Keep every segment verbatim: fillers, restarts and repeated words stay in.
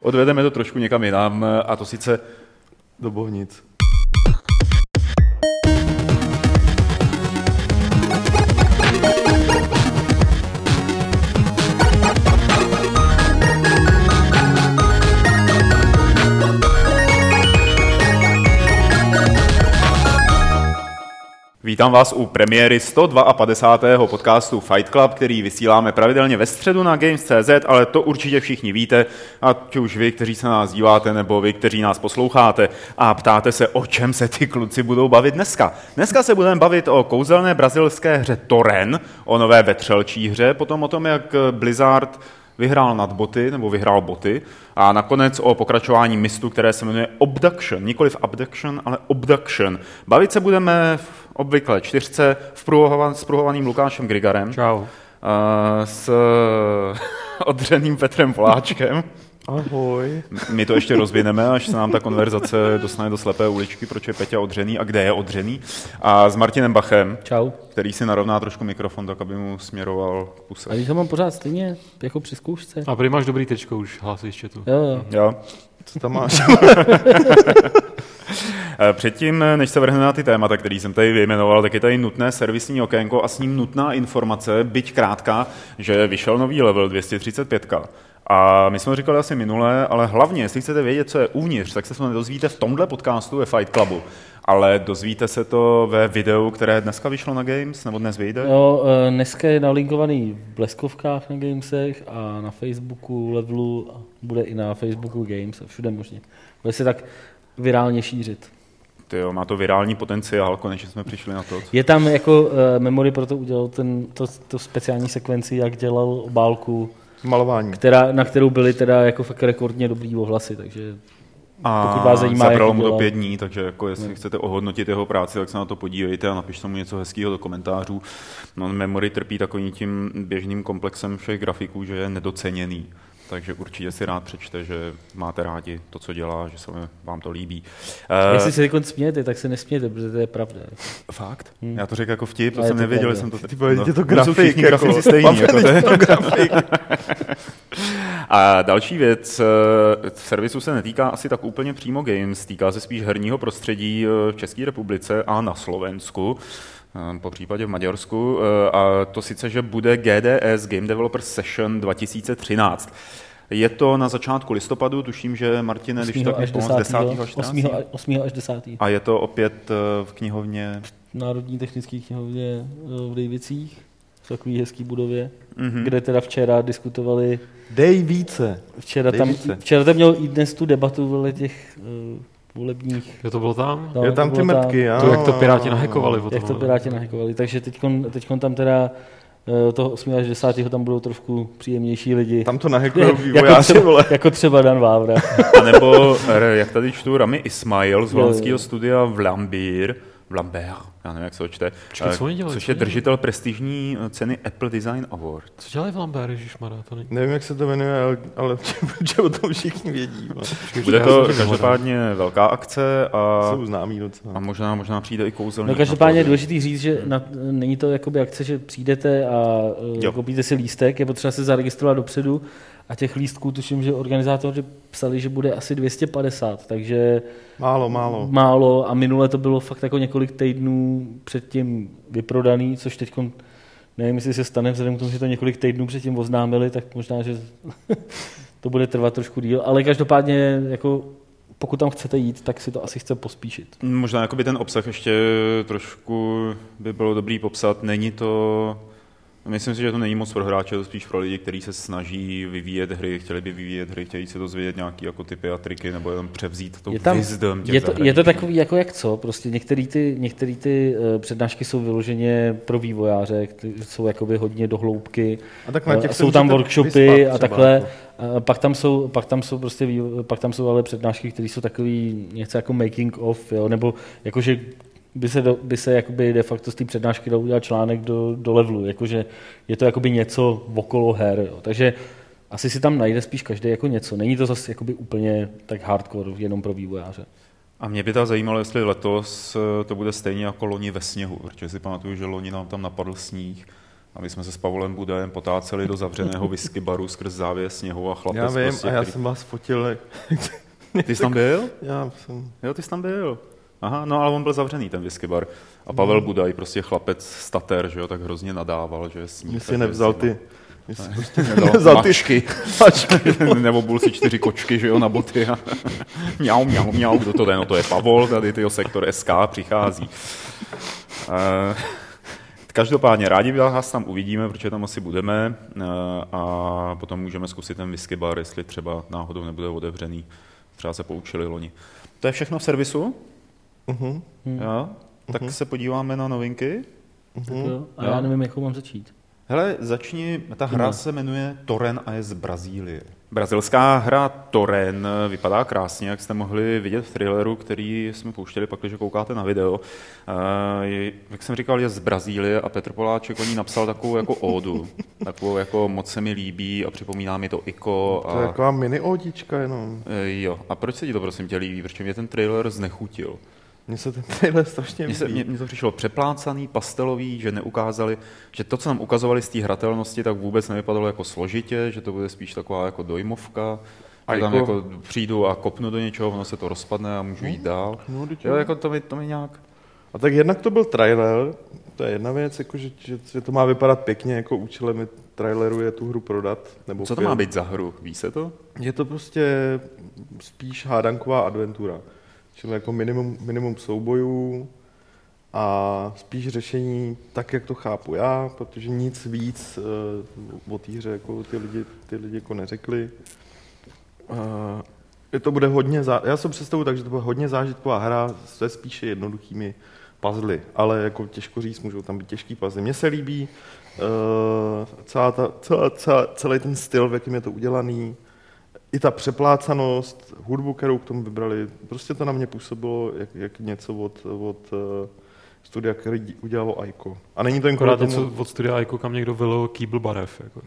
odvedeme to trošku někam jinam, a to sice do Bohnic. Vítám vás u premiéry sto padesátého druhého podcastu Fight Club, který vysíláme pravidelně ve středu na Games tečka cé zet, ale to určitě všichni víte, ať už vy, kteří se nás díváte, nebo vy, kteří nás posloucháte a ptáte se, o čem se ty kluci budou bavit dneska. Dneska se budeme bavit o kouzelné brazilské hře Torren, o nové vetřelčí hře, potom o tom, jak Blizzard vyhrál nad boty, nebo vyhrál boty, a nakonec o pokračování mistu, které se jmenuje Obduction, nikoliv Abduction, ale Obduction. Bavit se budeme v obvykle čtyřce s pruhovaným Lukášem Grigarem. Čau. S odřeným Petrem Poláčkem. Ahoj. My to ještě rozvineme, až se nám ta konverzace dostane do slepé uličky, proč je Peťa odřený a kde je odřený. A s Martinem Bachem, Čau. Který si narovná trošku mikrofon, tak aby mu směroval k puse. A když to mám pořád stejně, jako při zkoušce. A prý máš dobrý tečko už, hlásíš chatu. Jo, jo. Jo. Co tam máš? Předtím, než se vrhneme na ty témata, který jsem tady vyjmenoval, tak je tady nutné servisní okénko a s ním nutná informace, byť krátká, že vyšel nový level dvě stě třicet pět. A my jsme říkali asi minule, ale hlavně, jestli chcete vědět, co je uvnitř, tak se to nedozvíte v tomhle podcastu ve Fight Clubu. Ale dozvíte se to ve videu, které dneska vyšlo na Games, nebo dnes vyjde? Jo, dneska je nalinkovaný v Bleskovkách na Gamesech a na Facebooku Levelu, a bude i na Facebooku Games a všude možně. Bude se tak virálně šířit. Tyjo, má to virální potenciál, konečně jsme přišli na to. Je tam jako uh, memory, proto udělal ten, to, to speciální sekvenci, jak dělal obálku, malování, která, na kterou byly teda jako fakt rekordně dobrý ohlasy, takže a pokud vás zajímá, zabralo jak mu dělal. to pět dní, takže jako jestli ne. chcete ohodnotit jeho práci, tak se na to podívejte a napište mu něco hezkého do komentářů. No, memory trpí takovým tím běžným komplexem všech grafiků, že je nedoceněný. Takže určitě si rád přečte, že máte rádi to, co dělá, že se vám to líbí. Jestli se teď smějete, tak se nesmějete, protože to je pravda. Fakt? Hmm. Já to řekl jako vtip, to Ale jsem to nevěděl, pravda. jsem to... Ty povedete, no, to grafik, jako, grafici stejný, jako to je. To grafik. A další věc, servisu se netýká asi tak úplně přímo Games, týká se spíš herního prostředí v České republice a na Slovensku, po případě v Maďarsku, a to sice, že bude G D S, Game Developer Session dva tisíce třináct. Je to na začátku listopadu, tuším, že Martine, když tak mi pomoct, desátého až osmého až desátého A je to opět v knihovně? V Národní technické knihovně v Dejvicích, v takové hezké budově, mm-hmm. kde teda včera diskutovali... Dej více. Včera Dej tam, více. Včera tam měl i dnes tu debatu vele těch uh, volebních... Jo, to bylo tam? No, je tam ty mrtky, jo. To, jak to Piráti nahekovali. Jak to Piráti nahekovali, takže teďkon, teďkon tam teda toho osmého až desátého tam budou trošku příjemnější lidi. Tam to nahekujou vývojáři, jako třeba, jako třeba Dan Vávra. A nebo, jak tady čtu, Rami Ismail z holandského studia Vlambir, Vlambert, já nevím, jak se ho čte, Počkej, co dělali, což co je držitel prestižní ceny Apple Design Award. Co dělají Vlambert, ježišmarja, to není... Nevím, jak se to jmenuje, ale, ale že o tom všichni vědí. Bude to každopádně velká akce a, jsou známí docela. A možná, možná přijde i kouzelník. No každopádně je důležitý říct, že na, není to jakoby akce, že přijdete a jo. koupíte si lístek, je potřeba se zaregistrovat dopředu a těch lístků tuším, že organizátoři psali, že bude asi dvě stě padesát, takže málo, málo. Málo a minule to bylo fakt jako několik týdnů předtím vyprodaný, což teď nevím, jestli se stane, vzhledem k tomu, že to několik týdnů předtím oznámili, tak možná, že to bude trvat trošku díl, ale každopádně jako pokud tam chcete jít, tak si to asi chce pospíšit. Možná jakoby ten obsah ještě trošku by bylo dobrý popsat. Není to... Myslím si, že to není moc pro hráče, to spíš pro lidi, kteří se snaží vyvíjet hry, chtěli by vyvíjet hry, chtějí se dozvědět nějaký jako typy a triky, nebo jenom převzít to wisdom těch je to, je to takový jako jak co, prostě některé ty, některý ty uh, přednášky jsou vyloženě pro vývojáře, jsou jakoby hodně do hloubky, a tak na těch uh, jsou tam workshopy a takhle, uh, pak tam jsou, pak tam jsou prostě, pak tam jsou ale přednášky, které jsou takový něco jako making of, jo, nebo jakože by se, do, by se jakoby de facto z té přednášky dal udělat článek do, do levelu, jakože je to jakoby něco okolo her, jo. Takže asi si tam najde spíš každý jako něco. Není to zase jakoby úplně tak hardcore, jenom pro vývojáře. A mě by to zajímalo, jestli letos to bude stejně jako loni ve sněhu, protože si pamatuju, že loni nám tam napadl sníh A my jsme se s Pavlem Budajem potáceli do zavřeného whisky baru skrz závěs sněhu a chlapec. Já vím, prostě, a já který... jsem vás fotil. Ty jsi tam byl? Já jsem. Jo, ty jsi tam byl. Aha, no ale on byl zavřený, ten whisky bar. A Pavel Budaj, prostě chlapec stater, že jo, tak hrozně nadával, že sní. Mě si nevzal ty... Mě si prostě nevzal mačky. Nebo byl si čtyři kočky, že jo, na boty. A mňau, mňau, mňau, kdo to jde? No to je Pavol, tady tyjo sektor S K přichází. Uh, Každopádně rádi vás tam uvidíme, protože tam asi budeme a potom můžeme zkusit ten whisky bar, jestli třeba náhodou nebude otevřený. Třeba se poučili loni. To je všechno v servisu? Uh-huh. Jo? Tak uh-huh. se podíváme na novinky. Uh-huh. Jo. A já nevím, jakou mám začít. Hele, začni, ta hra no. se jmenuje Torren a je z Brazílie. Brazilská hra Torren vypadá krásně, jak jste mohli vidět v traileru, který jsme pouštěli pak, když koukáte na video. Je, jak jsem říkal, je z Brazílie a Petr Poláček o ní napsal takovou jako ódu. Takovou jako moc se mi líbí a připomíná mi to Iko. A... To je taková mini ódička jenom. Jo, a proč se ti to prosím tě líbí? Protože mě ten trailer znechutil. Mně se ten trailer strašně líbí. Mně, mně to přišlo přeplácaný, pastelový, že neukázali, že to, co nám ukazovali z té hratelnosti, tak vůbec nevypadalo jako složitě, že to bude spíš taková jako dojmovka, a že jako... tam jako přijdu a kopnu do něčeho, ono se to rozpadne a můžu jít dál. No, jo, jako to mi, to mi nějak... A tak jednak to byl trailer, to je jedna věc, jako že, že, že to má vypadat pěkně, jako účelem traileru je tu hru prodat. Nebo co to film. Má být za hru, ví se to? Je to prostě spíš hádanková adventura. Čili jako minimum, minimum soubojů a spíš řešení tak, jak to chápu já, protože nic víc uh, o té hře jako ty lidi, ty lidi jako neřekli. Uh, to bude hodně, zá... já jsem představu tak, že to bude hodně zážitková hra se spíše jednoduchými puzzly, ale jako těžko říct, můžou tam být těžký puzzle. Mně se líbí uh, celá ta, celá, celá, celý ten styl, v jakým je to udělaný, i ta přeplácanost, hudbu, kterou k tomu vybrali, prostě to na mě působilo jak, jak něco od, od uh, studia, který udělalo Aiko. A není to jen akorát tomu... něco od studia Aiko, kam někdo vylil kýbl barev. Jako.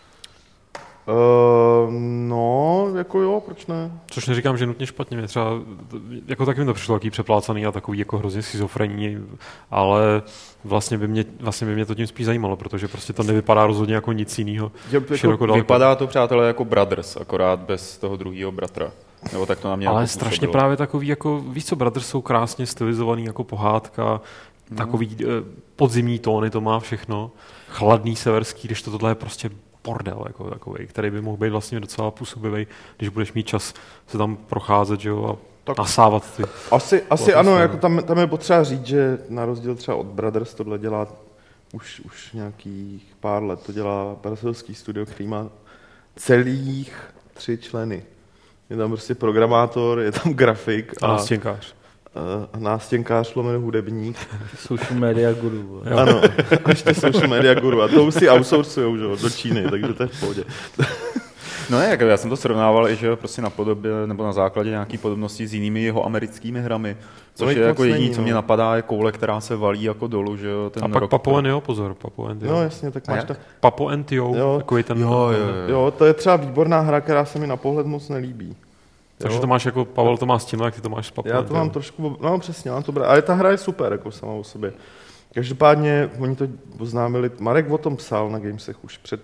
Uh, no, jako jo, proč ne? Což neříkám, že nutně špatně, mě třeba, jako taky mi to přišlo takový přeplácaný a takový jako hrozně schizofrenní, ale vlastně by, mě, vlastně by mě to tím spíš zajímalo, protože prostě to nevypadá rozhodně jako nic jiného. Jako vypadá to, přátelé, jako Brothers, akorát bez toho druhého bratra. Nebo tak to na mě ale jako strašně působilo. Právě takový, jako víš co, Brothers jsou krásně stylizovaný jako pohádka, mm. takový eh, podzimní tóny to má všechno, chladný severský, když to tohle je prostě bordel, jako takovej, který by mohl být vlastně docela působivý, když budeš mít čas se tam procházet, že jo, a tak nasávat ty. Asi, asi ano, jako tam, tam je potřeba říct, že na rozdíl třeba od Brothers tohle dělá už, už nějakých pár let, to dělá brazilský studio, který má celých tři členy. Je tam prostě programátor, je tam grafik a, a nástěnkář. A nástěnkář, lomeno hudebník. Social media guru. Jo. Ano, a ještě social media guru. A to už si outsourcujou, že, do Číny, takže to je v pohodě. No ne, já jsem to srovnával i, že prostě na podobě, nebo na základě nějaký podobnosti s jinými jeho americkými hrami. Což je jako jediný, co mě napadá, je koule, která se valí jako dolů, že jo. Ten a pak rok, Papo N, jo, pozor, Papo N, jo. No jasně, tak máš tak. Papo N, jo, takový ten. Jo, jo, jo. jo, to je třeba výborná hra, která se mi na pohled moc nelíbí. Takže to máš jako, Pavel to má s tím, jak ty to máš s Papo. Já to mám trošku, no přesně, mám to brát, ale ta hra je super, jako sama o sobě. Každopádně, oni to oznámili, Marek o tom psal na Gamesech už před,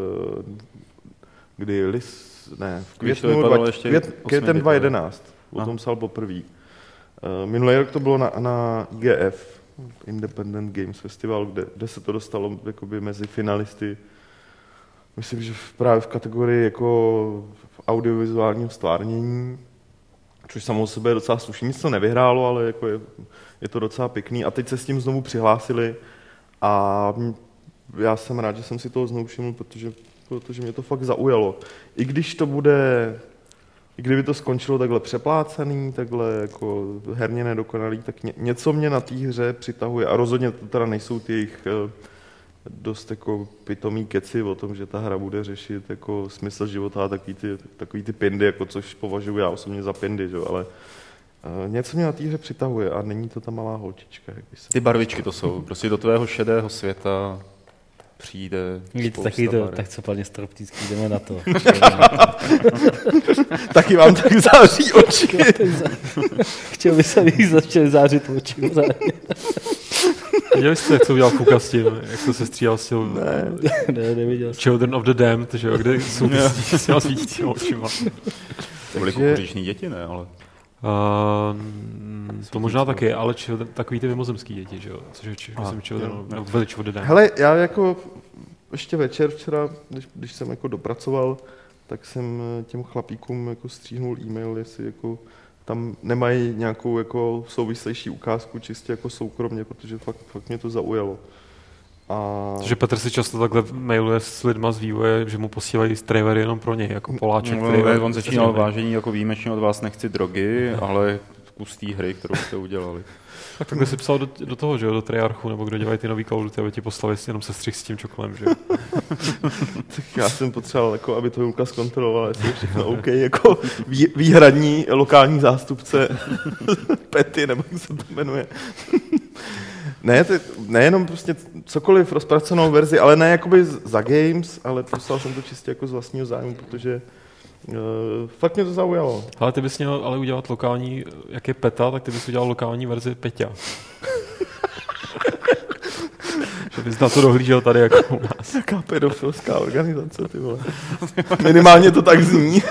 kdy lis, ne, v květnu, dva, květ, květen dva tisíce jedenáct, o tom psal poprvé. Minulý rok to bylo na, na I G F, Independent Games Festival, kde, kde se to dostalo jakoby mezi finalisty. Myslím, že právě v kategorii jako audiovizuálního stvárnění, což samo o sobě je docela slušný. Nic to nevyhrálo, ale jako je, je to docela pěkný. A teď se s tím znovu přihlásili a já jsem rád, že jsem si toho znovu všiml, protože, protože mě to fakt zaujalo. I když to bude, i kdyby to skončilo takhle přeplácený, takhle jako herně nedokonalý, tak ně, něco mě na té hře přitahuje. A rozhodně to teda nejsou ty jejich dost jako pitomý keci o tom, že ta hra bude řešit jako smysl života a takový ty, takový ty pindy, jako což považuji já osobně za pindy, že? Ale uh, něco mě na té hře přitahuje a není to ta malá holčička. Jak se... Ty barvičky to jsou, prostě do tvého šedého světa přijde spousta taky to, tak co paně Stroptický, jdeme na to. Taky vám tak září oči. Chtěl by se jí začít zářit oči. Viděli jste, jak to udělal Kuka s tím, jak to se střídal s tím ne, ne, neviděl Children of the Damned, že jo, kde jsou ty s těma svítícíma očima. To byly kukuřiční děti, ne, ale... Uh, to možná taky, ale children, takový ty mimozemský děti, že jo, což je, či, myslím, Children of the Damned. Hele, já jako ještě večer včera, když, když jsem jako dopracoval, tak jsem těm chlapíkům jako stříhnul e-mail, jestli jako tam nemají nějakou jako souvislejší ukázku čistě jako soukromně, protože fakt, fakt mě to zaujalo. A... Že Petr si často takhle mailuje s lidma z vývoje, že mu posílají trailery jenom pro něj, jako Poláček. No, který on začínal vážení, jako výjimečně od vás nechci drogy, ale kus té hry, kterou jste udělali. Tak takhle si psal do, do toho, že jo, do Treyarchu, nebo kdo dělají ty nový Call of Duty, aby ti poslali jenom sestřih s tím čokolem, že jo. Tak já jsem potřeboval, jako, aby to Julka zkontroloval, jestli je všechno OK, jako vý, výhradní lokální zástupce Pety, nebo jak se to jmenuje. Ne, to, nejenom prostě cokoliv rozpracovanou verzi, ale ne jakoby za games, ale poslal jsem to čistě jako z vlastního zájmu, protože uh, fakt mě to zaujalo. Ale ty bys měl ale udělat lokální, jak je Peta, tak ty bys udělal lokální verzi Peťa. Že bys na to dohlížel tady jako u nás. Jaká pedofilská organizace, ty vole. Minimálně to tak zní.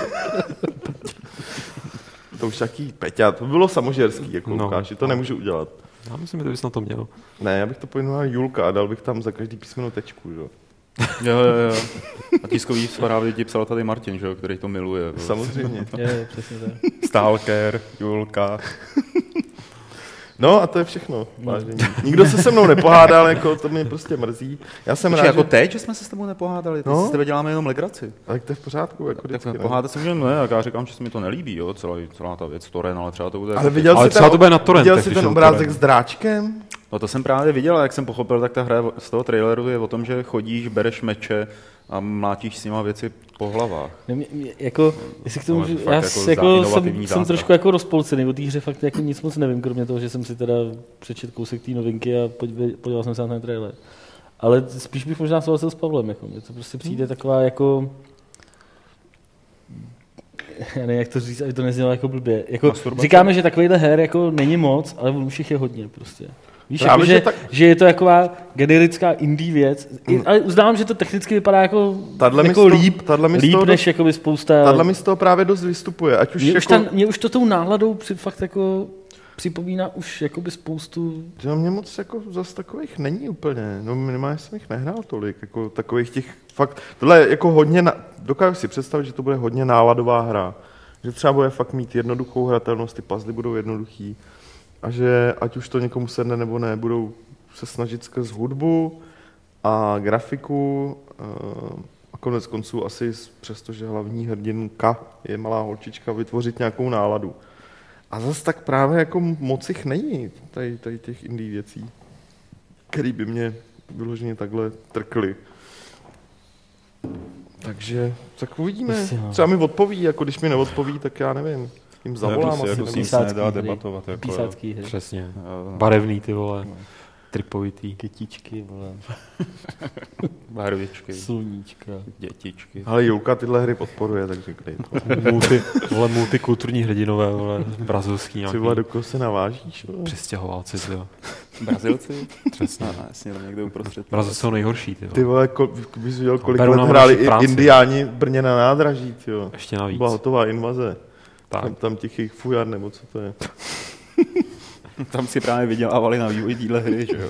To už taký Peťa, to bylo samožerský, jako no. Lukáši, to nemůžu udělat. Já myslím, že ty bys na to měl. Ne, já bych to pojmenoval Julka a dal bych tam za každý písmeno tečku, jo. Jo, jo, jo. A tiskový zprávy ti psal tady Martin, že jo, který to miluje. Jo. Samozřejmě. Je, přesně tak. Stalker, Julka. No a to je všechno, vážení. Nikdo se se mnou nepohádal, jako to mě prostě mrzí. Já jsem Počkej, rád, jako že... teď, že jsme se s tebou nepohádali, no? S tebe děláme jenom legraci. Tak to je v pořádku, jako vždycky. Tak pohádat se můžeme, ne, jak já říkám, že se mi to nelíbí, jo, celá, celá ta věc, Toren, ale třeba to bude... Ale viděl ale jsi třeba ten, to bude na Torrent, viděl jsi ten obrázek s dráčkem? No to jsem právě viděl, a jak jsem pochopil, tak ta hra z toho traileru je o tom, že chodíš, bereš meče a mlátíš s nima věci po hlavách. Ne, mě, mě, jako, jestli k tomu, no, já jako jako jsem, jsem trošku jako rozpolcený o té hře, fakt jako nic moc nevím, kromě toho, že jsem si teda přečetl kousek té novinky a podíval, podíval jsem se na ten trailer. Ale spíš bych možná souhlasil s Pavlem, jako mě to prostě přijde taková jako... Já nevím, jak to říct, aby to neznělo jako blbě. Jako, říkáme, že takovýhle her jako není moc, ale už jich je hodně prostě. Víš, jako, že, tak... že je to taková generická indie věc, mm. ale uznávám, že to technicky vypadá jako, jako líp, líp dost, než jakoby spousta... Tadle mi z toho právě dost vystupuje. Ať už mě, jako... už ta, mě už to tou náladou při, fakt jako připomíná už jakoby spoustu... To mě moc jako zase takových není úplně, no minimálně jsem jich nehrál tolik, jako takových těch fakt, tohle je jako hodně, na... dokážu si představit, že to bude hodně náladová hra, že třeba bude fakt mít jednoduchou hratelnost, ty puzzle budou jednoduchý, a že ať už to někomu sedne nebo ne, budou se snažit skrz hudbu a grafiku a konec konců asi přestože hlavní hrdinka je malá holčička, vytvořit nějakou náladu. A zase tak právě jako moc jich není tady, tady těch indie věcí, které by mě vyloženě takhle trkly. Takže tak uvidíme. Třeba mi odpoví, jako když mi neodpoví, tak já nevím. Jim zavolám asi. Jako s tím se nedá debatovat. Jako, písácký hry. Přesně. Barevný ty vole. No. Tripovitý. Kytičky, vole. Barvičky. Sluníčka. Dětičky. Ale Julka tyhle hry podporuje, tak řeknej to. Multi, vole, multikulturní hrdinové, vole, brazilský nějaký. Ty vole, do koho se navážíš? Vole? Přistěhovalci, ty jo. Brazilci? Přesně. No, jasně, tam někde uprostřed. Brazilci jsou nejhorší, ty vole. Ty vole, ko, bys viděl, kolik let hráli i indiáni v Brně na nádraží, ty jo. Ještě navíc. Byla hotová invaze. Tak. Tam, tam tichých fujar, nebo co to je. Tam si právě vydělávali na vývoj téhle hry, že jo.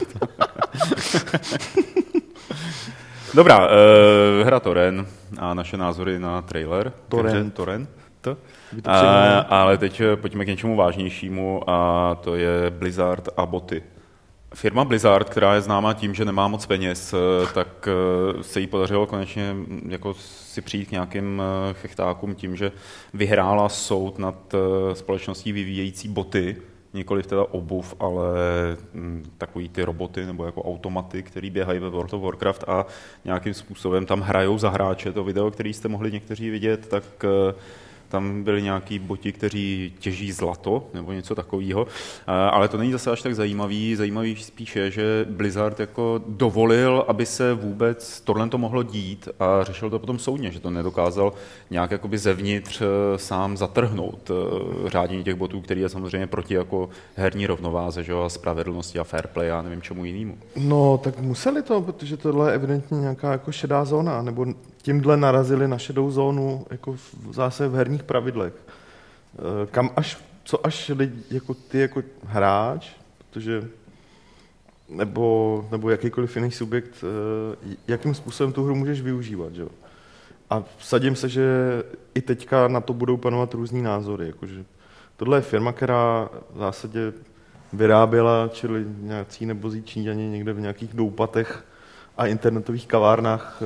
Dobrá, uh, hra Toren a naše názory na trailer. Toren. Toren. To? Uh, ale teď pojďme k něčemu vážnějšímu a to je Blizzard a boty. Firma Blizzard, která je známá tím, že nemá moc peněz, tak se jí podařilo konečně jako si přijít k nějakým chechtákům tím, že vyhrála soud nad společností vyvíjející boty, nikoliv teda obuv, ale takový ty roboty nebo jako automaty, který běhají ve World of Warcraft a nějakým způsobem tam hrajou za hráče. To video, který jste mohli někteří vidět, tak tam byli nějaký boti, kteří těží zlato nebo něco takového, ale to není zase až tak zajímavý. Zajímavý spíše, že Blizzard jako dovolil, aby se vůbec tohle to mohlo dít a řešil to potom soudně, že to nedokázal nějak jakoby zevnitř sám zatrhnout řádění těch botů, který je samozřejmě proti jako herní rovnováze, že jo, a spravedlnosti a fair play a nevím čemu jinému. No, tak museli to, protože tohle je evidentně nějaká jako šedá zóna, nebo tímhle narazili na šedou zónu jako v, zase v herních pravidlech. Kam až, co až lidi, jako ty jako hráč, protože nebo, nebo jakýkoliv jiný subjekt, jakým způsobem tu hru můžeš využívat, že jo. A vsadím se, že i teďka na to budou panovat různý názory, jakože tohle je firma, která v zásadě vyráběla, čili nějací nebozí Číňani někde v nějakých doupatech a internetových kavárnách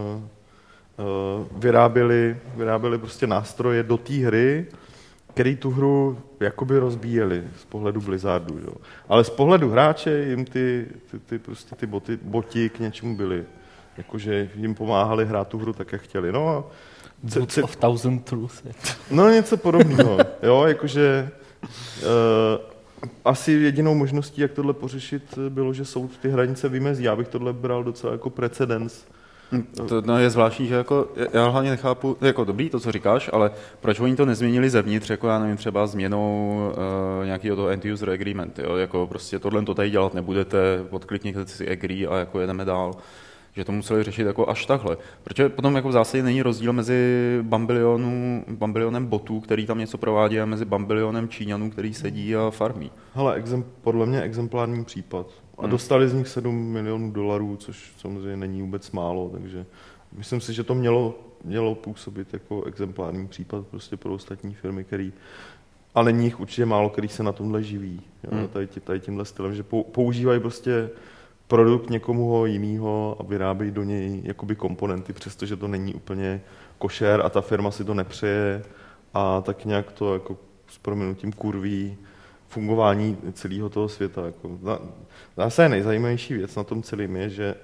vyráběli, vyráběli prostě nástroje do té hry, který tu hru jakoby rozbíjeli z pohledu Blizzardu. Jo. Ale z pohledu hráče jim ty, ty, ty, prostě ty boty, boti k něčemu byly. Jakože jim pomáhali hrát tu hru tak, jak chtěli. No, c- c- of thousand truths. No něco podobného. Jo, jakože uh, asi jedinou možností, jak tohle pořešit, bylo, že soud ty hranice vymezí. Já bych tohle bral docela jako precedens. To no, je zvláštní, že jako, já hlavně nechápu, jako dobrý to, co říkáš, ale proč oni to nezměnili zevnitř, jako já nevím, třeba změnou uh, nějakého toho end-user agreement, jo? Jako prostě tohle to tady dělat nebudete, odklikněte si agree a jako jedeme dál. Že to museli řešit jako až takhle. Protože potom jako v zásadě není rozdíl mezi bambilionu, bambilionem botů, který tam něco provádí, a mezi bambilionem Číňanů, který sedí a farmí. Hele, exem, podle mě exemplární případ. A dostali z nich sedm milionů dolarů, což samozřejmě není vůbec málo, takže myslím si, že to mělo, mělo působit jako exemplární případ prostě pro ostatní firmy, který, ale není jich určitě málo, který se na tomhle živí. Hmm. Tady, tady tímhle stylem, že používají prostě produkt někomu jiného a vyrábějí do něj jakoby komponenty, přestože to není úplně košer a ta firma si to nepřeje a tak nějak to jako s prominutím kurví fungování celého toho světa. Jako. Zase nejzajímavější věc na tom celém je, že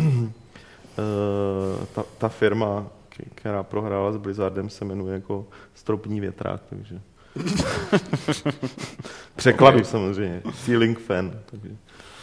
ta, ta firma, která prohrála s Blizzardem, se jmenuje jako Stropní větrák, takže překladu okay. Samozřejmě, Ceiling Fan. Takže.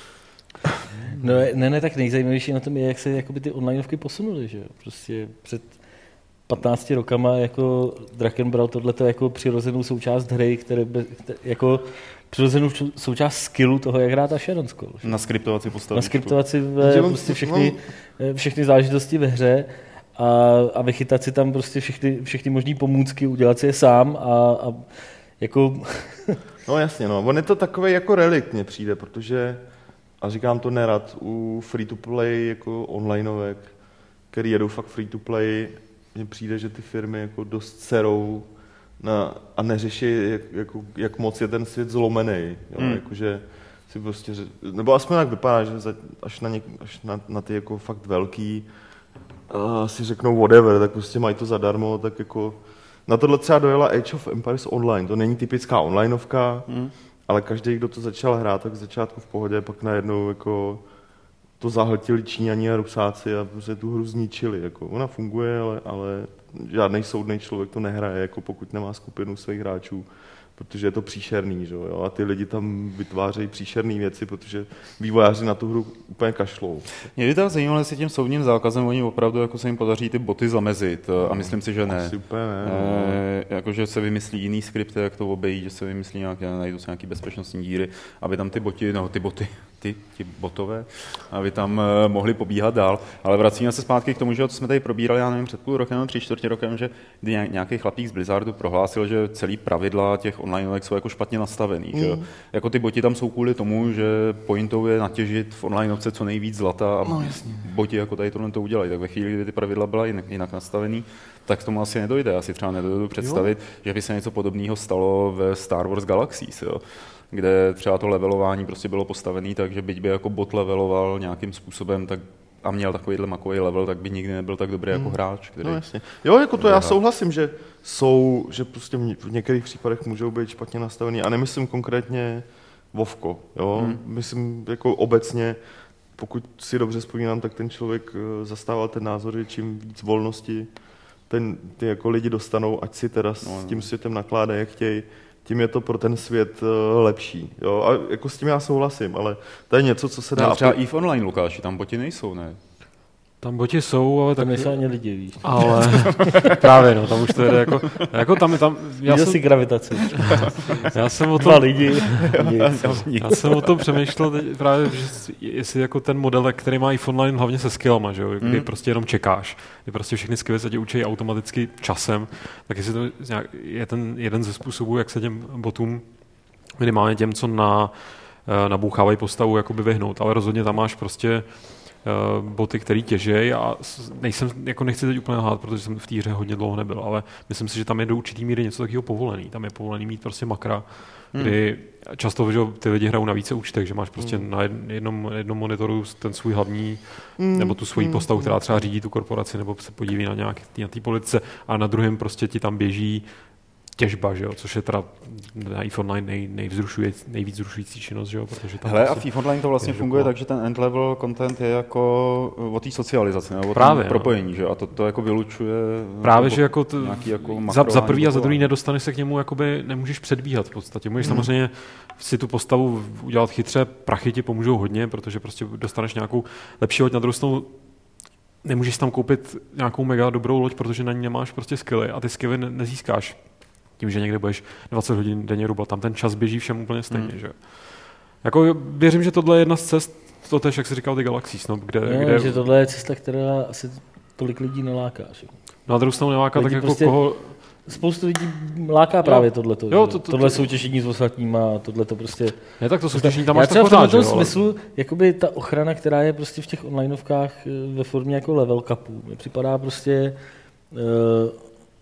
No ne, ne, tak nejzajímavější na tom je, jak se jakoby ty onlineovky posunuly, že jo. Prostě před patnácti rokama jako Draken bral tohleto jako přirozenou součást hry, které, které jako přirozenou součást skillu toho, jak hrát a Sharon Skull. Na skriptovaci postavičku. Na skriptovaci ve, prostě všechny, všechny záležitosti ve hře a, a vychytat si tam prostě všechny, všechny možný pomůcky, udělat si je sám a, a jako... No jasně, no. On je to takovej jako relikt, mně přijde, protože a říkám to nerad, u free-to-play jako onlineovek, který jedou fakt free-to-play, mně přijde, že ty firmy jako dost serou na, a neřeší, jak, jako, jak moc je ten svět zlomený. Hmm. Jakože si prostě, nebo aspoň tak vypadá, že za, až, na, něk, až na, na ty jako fakt velký uh, si řeknou whatever, tak prostě mají to zadarmo, tak jako na tohle třeba dojela Age of Empires Online, to není typická onlineovka, hmm. ale každý, kdo to začal hrát, tak v začátku v pohodě, pak najednou jako to zahltili Číňani a Rusáci a prostě tu hru zničili. Jako. Ona funguje, ale, ale žádný soudný člověk to nehraje, jako pokud nemá skupinu svých hráčů, protože je to příšerný, že jo? A ty lidi tam vytvářejí příšerné věci, protože vývojáři na tu hru úplně kašlou. Mě by tak zajímalo, jestli tím soudním zákazem oni opravdu jako se jim podaří ty boty zamezit a myslím si, že ne. Asi úplně ne. E, jakože se vymyslí jiný skripty, jak to obejít, že se vymyslí nějaké, najdu se nějaký bezpečnostní díry, aby tam ty boty, no ty boty, ty, ty botové, aby tam uh, mohli pobíhat dál. Ale vracíme se zpátky k tomu, že to jsme tady probírali, já nevím, před půl rokem, tři čtvrtě rokem, že nějaký chlapík z Blizzardu prohlásil, že celý pravidla těch onlineovek jsou jako špatně nastavený. Mm. Že? Jako ty boti tam jsou kvůli tomu, že pointou je natěžit v onlineovce co nejvíc zlata a no, boti jako tady tohle to udělají. Tak ve chvíli, kdy ty pravidla byla jinak, jinak nastavený, tak k tomu asi nedojde. Asi třeba nedovedu představit, jo. že by se něco podobného stalo ve Star Wars Galaxies, jo? Kde třeba to levelování prostě bylo postavené tak, že byť by jako bot leveloval nějakým způsobem, tak a měl takovýhle makový level, tak by nikdy nebyl tak dobrý hmm. jako hráč. Který no jasně. Jo, jako to já souhlasím, že jsou, že prostě v některých případech můžou být špatně nastavený a nemyslím konkrétně Vovko, jo, hmm. myslím jako obecně, pokud si dobře vzpomínám, tak ten člověk zastával ten názor, že čím víc volnosti ten, ty jako lidi dostanou, ať si teda no, s tím světem nakládají, jak chtějí, tím je to pro ten svět uh, lepší. Jo? A jako s tím já souhlasím, ale to je něco, co se dá... No, třeba i v online, Lukáši, tam boti nejsou, ne? Tam boti jsou, ale tam tak... nejsou ani lidi, víš. Ale právě, no, tam už to jde jako... jako tam, tam, já jsem, si gravitaci. Já jsem o tom... Dva lidi. Já jsem o tom přemýšlel teď právě, že jestli jako ten model, který má i online hlavně se skillama, že jo, kdy mm. prostě jenom čekáš, kdy prostě všechny skilly se tě učí automaticky časem, tak jestli to je ten jeden ze způsobů, jak se těm botům, minimálně těm, co na, nabouchávají postavu, jakoby vyhnout, ale rozhodně tam máš prostě boty, který těžej a nejsem, jako nechci teď úplně lhát, protože jsem v té hře hodně dlouho nebyl, ale myslím si, že tam je do určitý míry něco takového povolený. Tam je povolený mít prostě makra, hmm. kdy často že ty lidi hrajou na více účtech, že máš prostě hmm. na jednom, jednom monitoru ten svůj hlavní, hmm. nebo tu svoji hmm. postavu, která třeba řídí tu korporaci, nebo se podíví na nějaký na té politice a na druhém prostě ti tam běží těžba, že jo, což je teda na EVE Online nej, nejvzrušující, nejvíc vzrušující činnost, že jo, protože tam hele, prostě a v EVE Online to vlastně funguje tak, že ten end-level content je jako o té socializaci, nebo o právě, tom propojení, že jo, a to, to jako vylučuje právě, že jako, to, jako za, za prvý a za druhý nedostaneš se k němu, jakoby nemůžeš předbíhat v podstatě. Můžeš hmm. samozřejmě si tu postavu udělat chytře, prachy ti pomůžou hodně, protože prostě dostaneš nějakou lepší loď, na druhou stranu nemůžeš tam koupit nějakou mega dobrou loď, protože na ní nemáš prostě skilly a ty skilly ne, nezískáš tím, že někde budeš dvacet hodin denně rublat. Tam ten čas běží všem úplně stejně, hmm. že? Jako věřím, že tohle je jedna z cest, to tež, jak jsi říkal, ty Galaxies, no, kde, no, kde... že tohle je cesta, která asi tolik lidí neláká, že? No a druhou stranu neláká, tak jako prostě koho... Spoustu lidí láká právě jo. tohleto. Jo, to, to, tohle to, soutěžení s ostatníma, tohle to prostě... Ne, tak to soutěžení tam máš tak pořád, že jo? Já třeba v tom smyslu, jakoby ta ochrana, která je prostě v těch onlineovkách ve formě jako level capů, mi připadá prostě... Uh,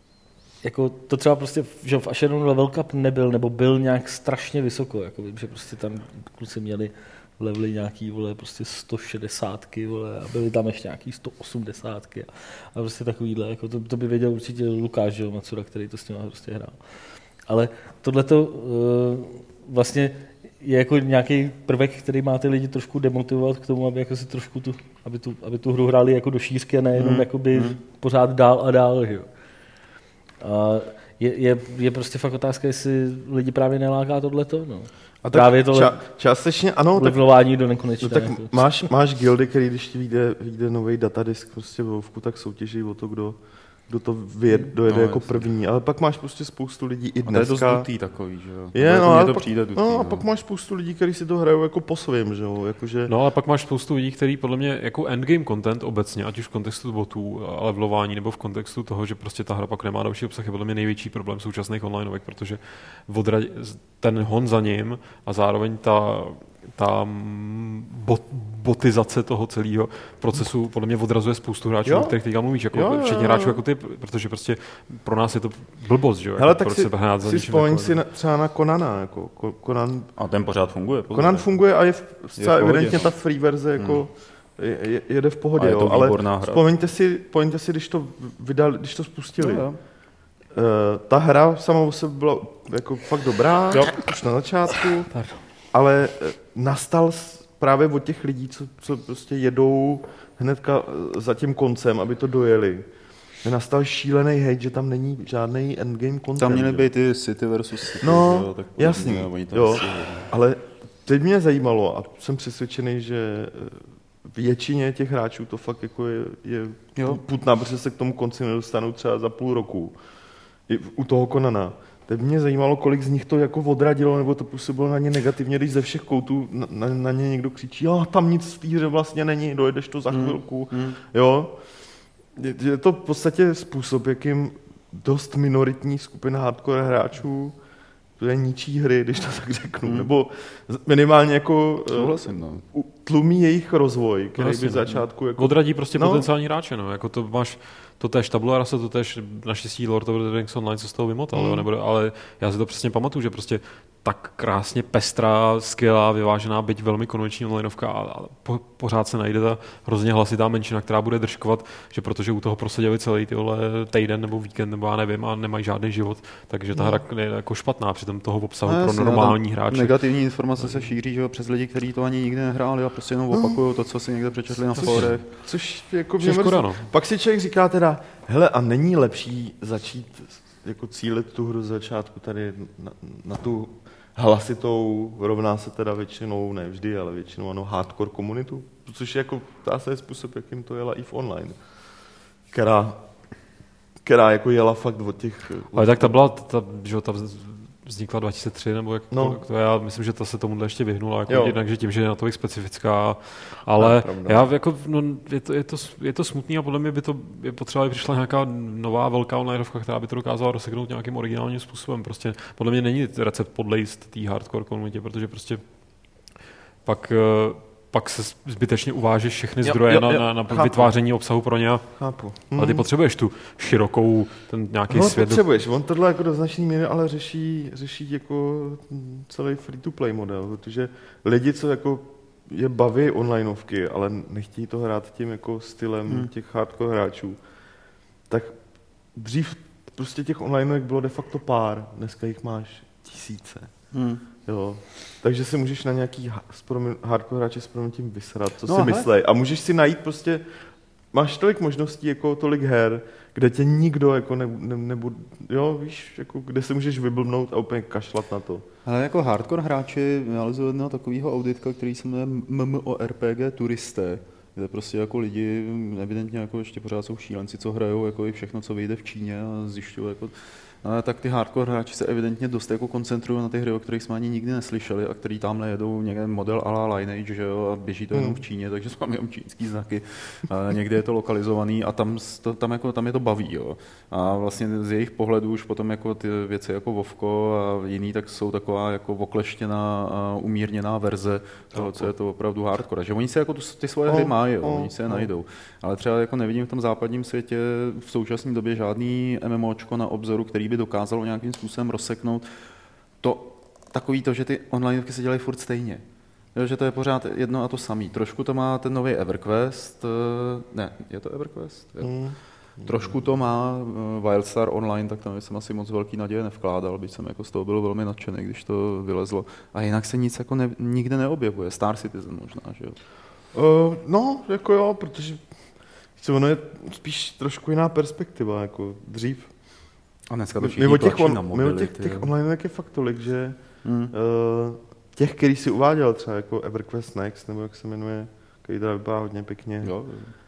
jako to třeba prostě, že v Asheron level cap nebyl, nebo byl nějak strašně vysoko, jako vím, že prostě tam kluci měli levely nějaký, vole, prostě sto šedesátky, vole, a byly tam ještě nějaký sto osmdesátky a, a prostě takovýhle, jako to, to by věděl určitě Lukáš, že jo, Macura, který to s ním prostě hrál. Ale tohleto uh, vlastně je jako nějaký prvek, který má ty lidi trošku demotivovat k tomu, aby jako si trošku tu, aby tu, aby tu hru hráli jako do šířky a nejenom hmm. jakoby hmm. pořád dál a dál, že jo. A je, je, je prostě fakt otázka, jestli lidi právě neláká tohleto, no. A tak právě tohle ča, částečně ano. Levelování do nekonečna. No, tak jako. máš, máš guildy, který když ti vyjde, vyjde nový datadisk prostě v Vovku, tak soutěží o to, kdo, kdo to vyjed, dojede no, jako jasný. první. Ale pak máš prostě spoustu lidí i dneska. A to je dost dutý takový, že jo. Je, no, to pak, přijde dutý, no, no. a pak máš spoustu lidí, kteří si to hrajou jako po svým, že jo. Jakože... No, ale pak máš spoustu lidí, kteří podle mě jako endgame content obecně, ať už v kontextu botů a levelování, nebo v kontextu toho, že prostě ta hra pak nemá další obsah, je podle mě největší problém současných onlineovek, protože odra... ten hon za ním a zároveň ta ta bot, botizace toho celého procesu podle mě odrazuje spoustu hráčů, o kterých teďka mluvíš, jako jo, včetně hráčů jako ty, protože prostě pro nás je to blbost, že jo? Hele, jako tak si, si vzpomeň jako, si na, třeba na Conana, jako Conan... A ten pořád funguje. Pozor. Conan funguje a je, v, je evidentně no. ta free verze jako hmm. je, jede v pohodě, jo, ale vzpomeňte si, vzpomeňte si, když to vydali, když to spustili. No, Uh, ta hra sama o sebe byla jako fakt dobrá, jo. už na začátku. Pardon. Ale nastal právě od těch lidí, co, co prostě jedou hnedka za tím koncem, aby to dojeli. Nastal šílený hate, že tam není žádný endgame content. Tam měly být ty City versus City. No, jo, tak jasný, jo. Vlastně, ale teď mě zajímalo a jsem přesvědčený, že většině těch hráčů to fakt jako je, je putná, protože se k tomu konci nedostanou třeba za půl roku. I u toho Conana. Teď mě zajímalo, kolik z nich to jako odradilo, nebo to působilo na ně negativně, když ze všech koutů na, na, na ně někdo křičí, jo, tam nic v té hře vlastně není, dojedeš to za chvilku, mm, mm. jo. Je, je to v podstatě způsob, jakým dost minoritní skupina hardcore hráčů, to je ničí hry, když to tak řeknu, mm. nebo minimálně jako Souhlasím, no. tlumí jejich rozvoj, který by v začátku jako... Odradí prostě no. potenciální hráče, no, jako to máš... To též Tabula Rasa, to též naštěstí Lord of the Rings Online se z toho vymotal, mm. nebo, ale já si to přesně pamatuju, že prostě tak krásně pestrá, skvělá, vyvážená, byť velmi konvenční onlineovka a, a po, pořád se najde ta hrozně hlasitá menšina, která bude držkovat, že protože u toho prostě dělají celý tyhle týden nebo víkend nebo já nevím a nemají žádný život, takže ta no. hra je jako špatná přitom toho obsahu no, pro jasně, normální hráče. Negativní informace se šíří, že přes lidi, kteří to ani nikdy nehráli a prostě jenom opakují to, co si někde přečetli na fórech. Což jako mě škoda, no. Pak si člověk říká teda, hele, a není lepší začít jako cílit tu hru z začátku tady na, na tu hlasitou, rovná se teda většinou, ne vždy, ale většinou ano, hardcore komunitu, což je jako je způsob, jakým to jela i v online, která, která jako jela fakt od těch... Ale tak ta byla, ta, že ta vznikla dva tisíce tři, nebo jak no. to, já myslím, že ta se tomuhle ještě vyhnula, jako jednak, že tím, že je natolik specifická, ale no, já jako, no, je, to, je, to, je to smutný a podle mě by to je potřeba, aby přišla nějaká nová velká onlineovka, která by to dokázala rozseknout nějakým originálním způsobem. Prostě podle mě není recept podlejst té hardcore komunitě, protože prostě pak pak se zbytečně uvážeš všechny jo, zdroje jo, jo, na, na, na vytváření obsahu pro ně. Chápu. Ale ty potřebuješ tu širokou, ten nějaký no, svět. Potřebuješ. On tohle jako do značné míry ale řeší, řeší jako celý free-to-play model, protože lidi, co jako je baví onlineovky, ale nechtějí to hrát tím jako stylem hmm. těch hardcore hráčů, tak dřív prostě těch onlineovek bylo de facto pár, dneska jich máš tisíce. Hmm. Jo. Takže si můžeš na nějaký hardcore hráče s proměnutím vysrat, co no, si myslej. A můžeš si najít prostě, máš tolik možností, jako tolik her, kde tě nikdo jako ne, ne, nebude, jo, víš, jako kde se můžeš vyblbnout a úplně kašlat na to. Ale jako hardcore hráči nalezu jednoho takového auditka, který se jmenuje MMORPG Turisté, kde prostě jako lidi evidentně jako ještě pořád jsou šílenci, co hrajou jako i všechno, co vyjde v Číně a zjišťují jako no, tak ty hardcore hráči se evidentně dost jako koncentrují na ty hry, o kterých jsme ani nikdy neslyšeli a který tamhle jedou někde model a la Lineage, že jo, a běží to jenom v Číně, takže jsou tam jenom čínský znaky. A někde je to lokalizovaný a tam, to, tam, jako, tam je to baví, jo. A vlastně z jejich pohledu už potom jako ty věci jako Vovko a jiný, tak jsou taková jako okleštěná a umírněná verze toho, co je to opravdu hardcore. Že oni se jako ty svoje hry mají, jo, oni se je najdou. Ale třeba jako nevidím v tom západním světě v současné době žádný MMOčko na obzoru, který by dokázalo nějakým způsobem rozseknout to, takový to, že ty onlineovky se dělají furt stejně. Jo, že to je pořád jedno a to samý. Trošku to má ten nový EverQuest, ne, je to EverQuest? Jo. Mm. Trošku to má Wildstar Online, tak tam jsem asi moc velký naděje nevkládal, byť jsem jako z toho byl velmi nadšený, když to vylezlo. A jinak se nic jako ne, nikde neobjevuje. Star Citizen možná, že jo? Uh, no, jako jo, protože ono je spíš trošku jiná perspektiva, jako dřív. A dneska to všichni tlačí on, na mobility. Těch, těch online je fakt tolik, že hmm. uh, těch, který si uváděl, třeba jako EverQuest Next, nebo jak se jmenuje, který teda vypadá hodně pěkně, jo.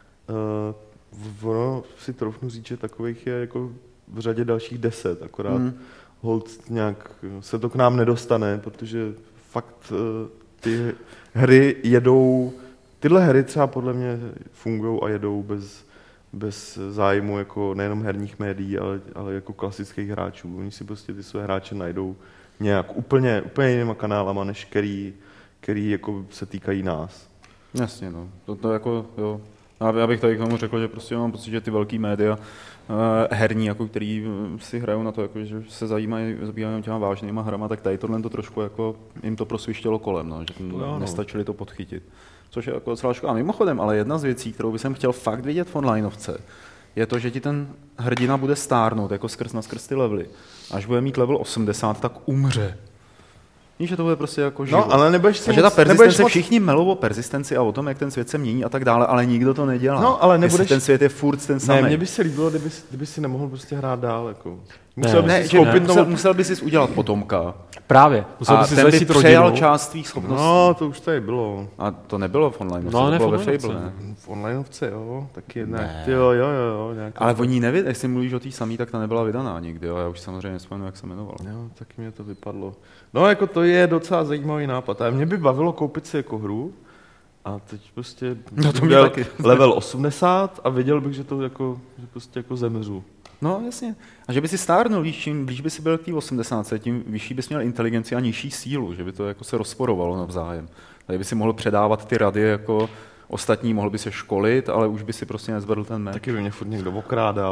Uh, ono si troufnu říct, že takových je jako v řadě dalších deset, akorát hmm. hold nějak se to k nám nedostane, protože fakt uh, ty hry jedou, tyhle hry třeba podle mě fungují a jedou bez bez zájmu jako nejenom herních médií, ale, ale jako klasických hráčů. Oni si prostě ty své hráče najdou nějak úplně, úplně jinýma kanálama, než který, který jako se týkají nás. Jasně, no. To, to jako, jo. Já bych tady k tomu řekl, že prostě mám pocit, že ty velký média herní, jako, který si hrajou na to, jako, že se zajímají, zabývají těma vážnýma hrama, tak tady tohle to trošku jako jim to prosvištělo kolem, no, že to nestačili to podchytit. Což je jako celá škoda. A mimochodem, ale jedna z věcí, kterou bych chtěl fakt vidět v onlineovce, je to, že ti ten hrdina bude stárnout jako skrz na skrz ty levely. Až bude mít level osmdesát, tak umře. Víš, že to bude prostě jako život. No, ale nebudeš si a že ta persistence, moc... všichni melou o persistenci a o tom, jak ten svět se mění a tak dále, ale nikdo to nedělá. No, ale nebudeš... ten svět je furt ten samý. Ne, mně by se líbilo, kdyby, kdyby si nemohl prostě hrát dál. Jako. Musel, ne, bys ne, ne, musel, musel by si udělat potomka. Právě. Musel a by si ten by přejal rodinu. Část tvých schopností. No, to už tady bylo. A to nebylo v online. No, to ne, bylo v ve Fable, ne? V onlineovce, jo. Taky ne. ne. Jo, jo, jo. jo ale oni nevěděli, jestli mluvíš o té samý, tak ta nebyla vydaná nikdy. Jo. Já už samozřejmě nespomenu, jak se jmenoval. Jo, taky mě to vypadlo. No, jako to je docela zajímavý nápad. A mě by bavilo koupit si jako hru a teď prostě no to mě taky. level osmdesát a věděl bych, že to jako, že prostě jako zemřu. No, jasně. A že by si stárnul, víš, čím blíž by si byl k té osmdesátce, tím vyšší bys měl inteligenci a nižší sílu, že by to jako se rozporovalo navzájem. Tady by si mohl předávat ty rady jako ostatní, mohl by se školit, ale už by si prostě nezvedl ten meč. Taky by mě furt někdo okrádal.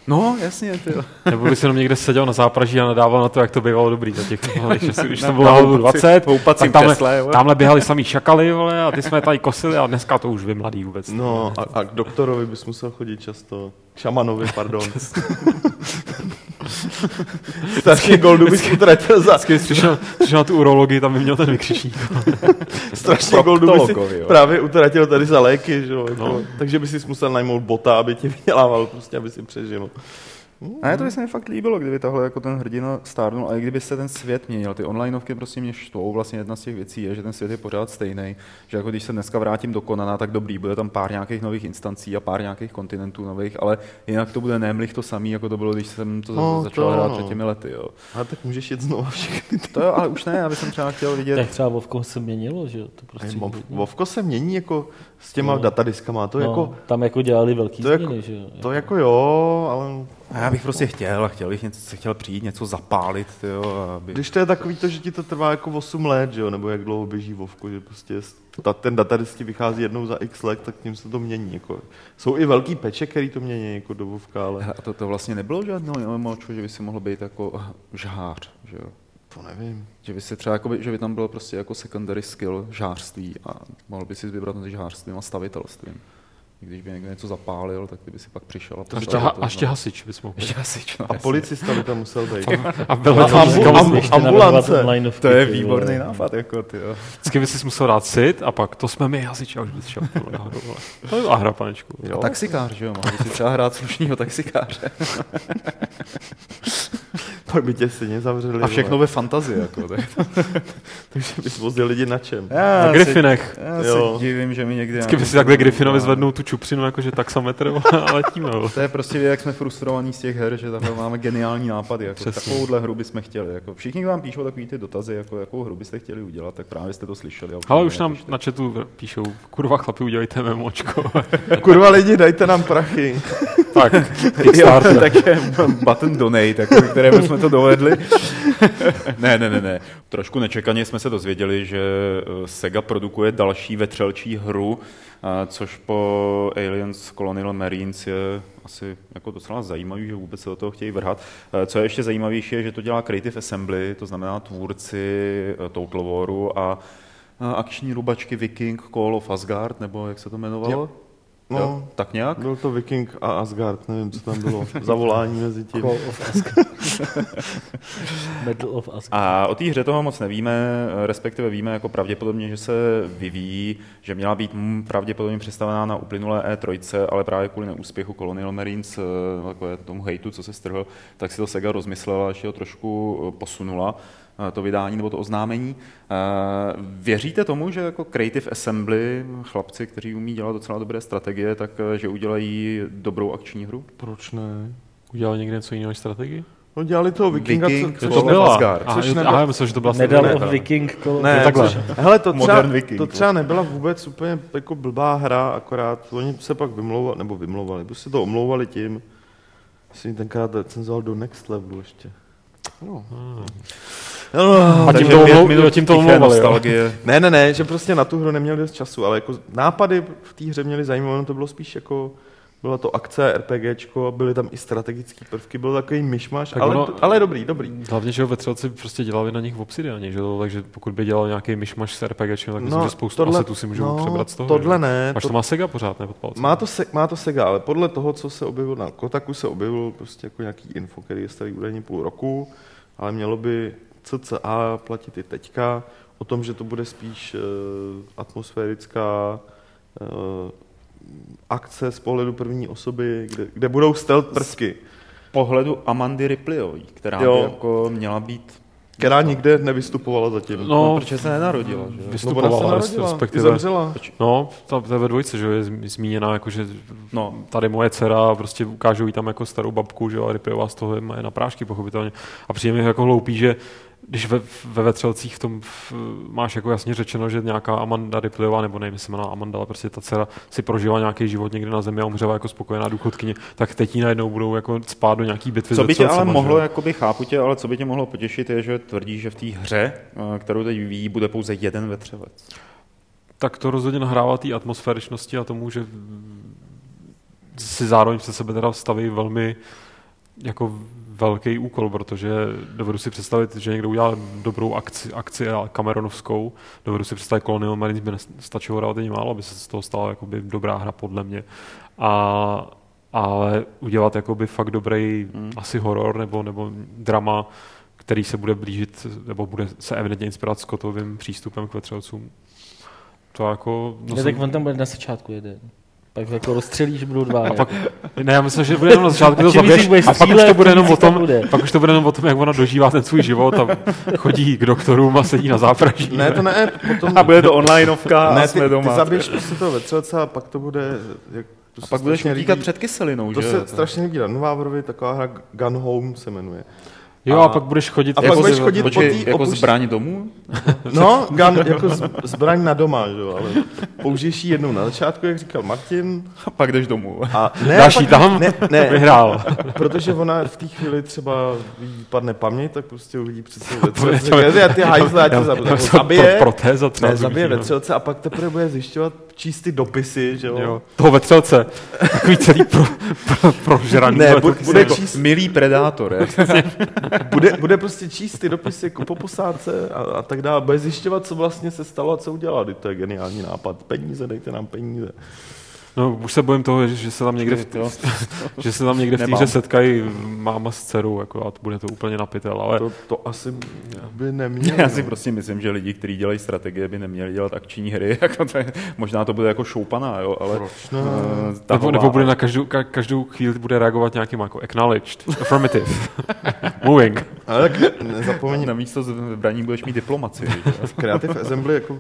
No, jasně, ty. Nebo by si jenom někde seděl na zápraží a nadával na to, jak to bývalo dobrý za těch časů, když to bylo dvacet, tak tamhle, tamhle běhali samý šakaly, vole, a ty jsme tady kosili a dneska to už vy mladý vůbec. No a, a k doktorovi bys musel chodit často, k šamanovi, pardon. Strašně goldu bys utratil za... Přišel na tu urologii, tam by měl ten vykřičník. Strašně goldu bys právě utratil tady za léky, že jo. No. Takže bys si musel najmout bota, aby tě vydělával, prostě, aby si přežil. A je to by se mi fakt líbilo, kdyby tahle jako ten hrdina stárnul, a i kdyby se ten svět měnil. Ty onlineovky prostě mě štvou, vlastně jedna z těch věcí je, že ten svět je pořád stejný, že jako když se dneska vrátím do Konana, tak dobrý, bude tam pár nějakých nových instancí a pár nějakých kontinentů nových, ale jinak to bude nemlich to samý, jako to bylo, když jsem to no, začal to, hrát no. před těmi lety, jo. A tak můžeš jít znova všechny. To jo, ale už ne, já bych třeba chtěl vidět. Tak třeba Vovko se měnilo, že jo, to prostě. Vovko se mění jako s těma no. datadiskama, to no, jako tam jako dělali velký to změny, jako, že jo. To jako jo, ale a já bych prostě chtěl a chtěl bych něco, se chtěl přijít, něco zapálit, jo, aby... Když to je takový to, že ti to trvá jako osm let, že jo, nebo jak dlouho běží Vovku, že prostě ta, ten datadisk ti vychází jednou za x let, tak tím se to mění, jako. Jsou i velký peče, který to mění, jako do Vovka, ale... A to, to vlastně nebylo žádného moču, že by si mohl být jako žhář, že jo? To nevím. Že by si třeba, jako by, že by tam bylo prostě jako secondary skill žhářství a mohl by si vybrat mezi žhářstvím a stavitelstvím. Když by někdo něco zapálil, tak ty by si pak přišel a ještě, ha, a ještě hasič bys mohl. Ještě hasič, no, a policista by tam musel být. A byl tam ambulance. To je výborný nápad, jako ty jo. Vždycky by si musel dát sit a pak to jsme my hasiči a už bys šel nahoru. To je hra, panečku. A taxikář, že jo, mohl by si třeba hrát slušnýho taxikáře. Pak by tě stejně zavřeli. A všechno ve fantazii, jako. Takže bys vozil lidi na čem? Já na Griffinech. Já se divím, že mi někdy... Vždycky by si takhle Griffinovi zvednou tu čupřinu, jakože taxametr a letíme. To je prostě, jak jsme frustrovaní z těch her, že takhle máme geniální nápady. Jako takovouhle hru bychom chtěli. Jako všichni vám píšou takový ty dotazy, jako jakou hru byste chtěli udělat, tak právě jste to slyšeli. Ale už nám na chatu píšou, kurva chlapi, udělejte memočko. Kurva lidi, dajte nám prachy. Tak, Kickstarter. Tak je button donate, jako, kterému jsme to dovedli. ne, ne, ne, ne. Trošku nečekaně jsme se dozvěděli, že Sega produkuje další vetřelčí hru, což po Aliens Colonial Marines je asi jako docela zajímavý, že vůbec se do toho chtějí vrhat. Co je ještě zajímavější, je, že to dělá Creative Assembly, to znamená tvůrci Total Waru a akční rubačky Viking Call of Asgard, nebo jak se to jmenovalo? Jo. No, jo, tak nějak? Byl to Viking a Asgard, nevím, co tam bylo. Zavolání mezi tím. Call of Asgard. Battle of Asgard. A o té hře toho moc nevíme, respektive víme jako pravděpodobně, že se vyvíjí, že měla být pravděpodobně představená na uplynulé E tři, ale právě kvůli neúspěchu Colonial Marines, takové tomu hejtu, co se strhl, tak si to Sega rozmyslela, že ho trošku posunula, to vydání nebo to oznámení. Věříte tomu, že jako Creative Assembly, chlapci, kteří umí dělat docela dobré strategie, tak že udělají dobrou akční hru? Proč ne? Udělali někde něco jiného než strategii? No dělali toho Vikinga, Viking, co, co to byla? Aha, aha, já myslím, že to byla Medal of Viking. Ne, takhle. Což, hele, to třeba, Viking, to třeba nebyla vůbec úplně jako blbá hra, akorát oni se pak vymlouvali, nebo vymlouvali, prostě to omlouvali tím, že tenkrát recenzoval do Next Levelu ještě. No. Hmm. No, a tím to, omlou, tím to omlouvali, Ne, ne, ne, že prostě na tu hru neměli dost času, ale jako nápady v té hře měly zajímavé, to bylo spíš jako, byla to akce, RPGčko, byly tam i strategické prvky, byl takový myšmaš, tak ale, ono, ale dobrý, dobrý. Hlavně, že ho ve Třelci prostě dělali na nich v Obsidianě, že jo, takže pokud by dělal nějaký myšmaš s RPGčkem, tak myslím, no, že spoustu tohle, asetů si můžou no, přebrat z toho. Tohle ne. Až to, to má Sega pořád, ne pod palcem. Má to, se, má to Sega, ale podle toho, co se objevilo na Kotaku, se objevil prostě jako nějaký info, který je starý údajně půl roku, ale mělo by cca platit i teďka, o tom, že to bude spíš uh, atmosférická uh, akce z pohledu první osoby, kde, kde budou stealth prvky. Z pohledu Amandy Ripleyový, která jo. by jako měla být... Která nikde nevystupovala zatím. No, no protože se nenarodila, že? Vystupovala, no, se narodila, respektive... zemřela. No, ta, ta ve dvojce, že je zmíněná, jako, že no, tady moje dcera, prostě ukážou jí tam jako starou babku, že jo, a Ripleyová z toho je na prášky, pochopitelně. A přijde mi jako hloupý, že když ve, ve Vetřelcích v tom v, máš jako jasně řečeno, že nějaká Amanda Ripleyová, nebo nevím, jestli jmenuje Amanda, ale prostě ta dcera si prožila nějaký život někde na zemi a umřela jako spokojená důchodkyně, tak teď jí najednou budou jako spát do nějaký bitvy. Co by tě ale mohlo, jakoby chápu tě, ale co by tě mohlo potěšit je, že tvrdí, že v té hře, kterou teď vyvíjí, bude pouze jeden vetřelec. Tak to rozhodně nahrává té atmosféričnosti a tomu, že si zároveň se sebe teda staví velmi jako velký úkol, protože dovedu si představit, že někdo udělal dobrou akci, akci Cameronovskou, dovedu si představit Colonial Marines by nestačilo relativně málo, aby se z toho stala jakoby dobrá hra podle mě. A, ale udělat jakoby fakt dobrý hmm. asi horor nebo, nebo drama, který se bude blížit, nebo bude se evidentně inspirovat Scottovým přístupem k vetřelcům. To jako... No jsem... Tak on tam bude na začátku jeden. Pak jako rozstřelíš, budou dva. A pak, ne, já myslím, že bude jenom na začátku, to zabiješ, a pak už to bude jenom o tom, pak už to bude jenom o tom, jak ona dožívá ten svůj život a chodí k doktorům a sedí na zápraží. Ne, to ne, potom... A bude to onlineovka ne, a jsme ty, doma. Ty zabiješ prostě toho vetřelce a pak to bude... Jak, to a pak budeš utíkat před kyselinou, to že? To se strašně líbí. Na Vávrovi taková hra Gun Home se jmenuje. Jo, a, a pak budeš chodit... A pak jako budeš chodit počkej, po tý jako opušť... zbraň domů? No, gun, jako zbraň na doma, že jo, ale použiješ ji jednou na začátku, jak říkal Martin. A pak jdeš domů. A ne, další pak, tam ne, ne, vyhrál. Protože ona v té chvíli třeba jí padne paměť, tak prostě uvidí před sebou vetřelce. Ty hajzle, ať to zabije. Protéza třeba. Ne, zabije vetřelce a pak teprve bude zjišťovat, číst ty dopisy, že jo. jo toho vetřelce. Takový celý pro, pro, prožraný. Ne, bude, bude číst... Milý predátor. bude, bude prostě číst ty dopisy jako po posádce a, a tak dále. Bude zjišťovat, co vlastně se stalo a co udělal. To je geniální nápad. Peníze, dejte nám peníze. No, už se bojím toho, že se tam někde v, že se tam někde v týře setkají máma s dcerou, jako, a to bude to úplně na pytel, ale... To, to asi by nemělo. Já si prostě myslím, že lidi, kteří dělají strategie, by neměli dělat akční hry, jako to je, možná to bude jako šoupaná, jo, ale... No. Uh, nebo, nebo bude na každou, ka, každou chvíli bude reagovat nějakým jako acknowledged, affirmative, moving. Ale tak nezapomeň... Na místo zbraní budeš mít diplomaci. Creative Assembly, jako...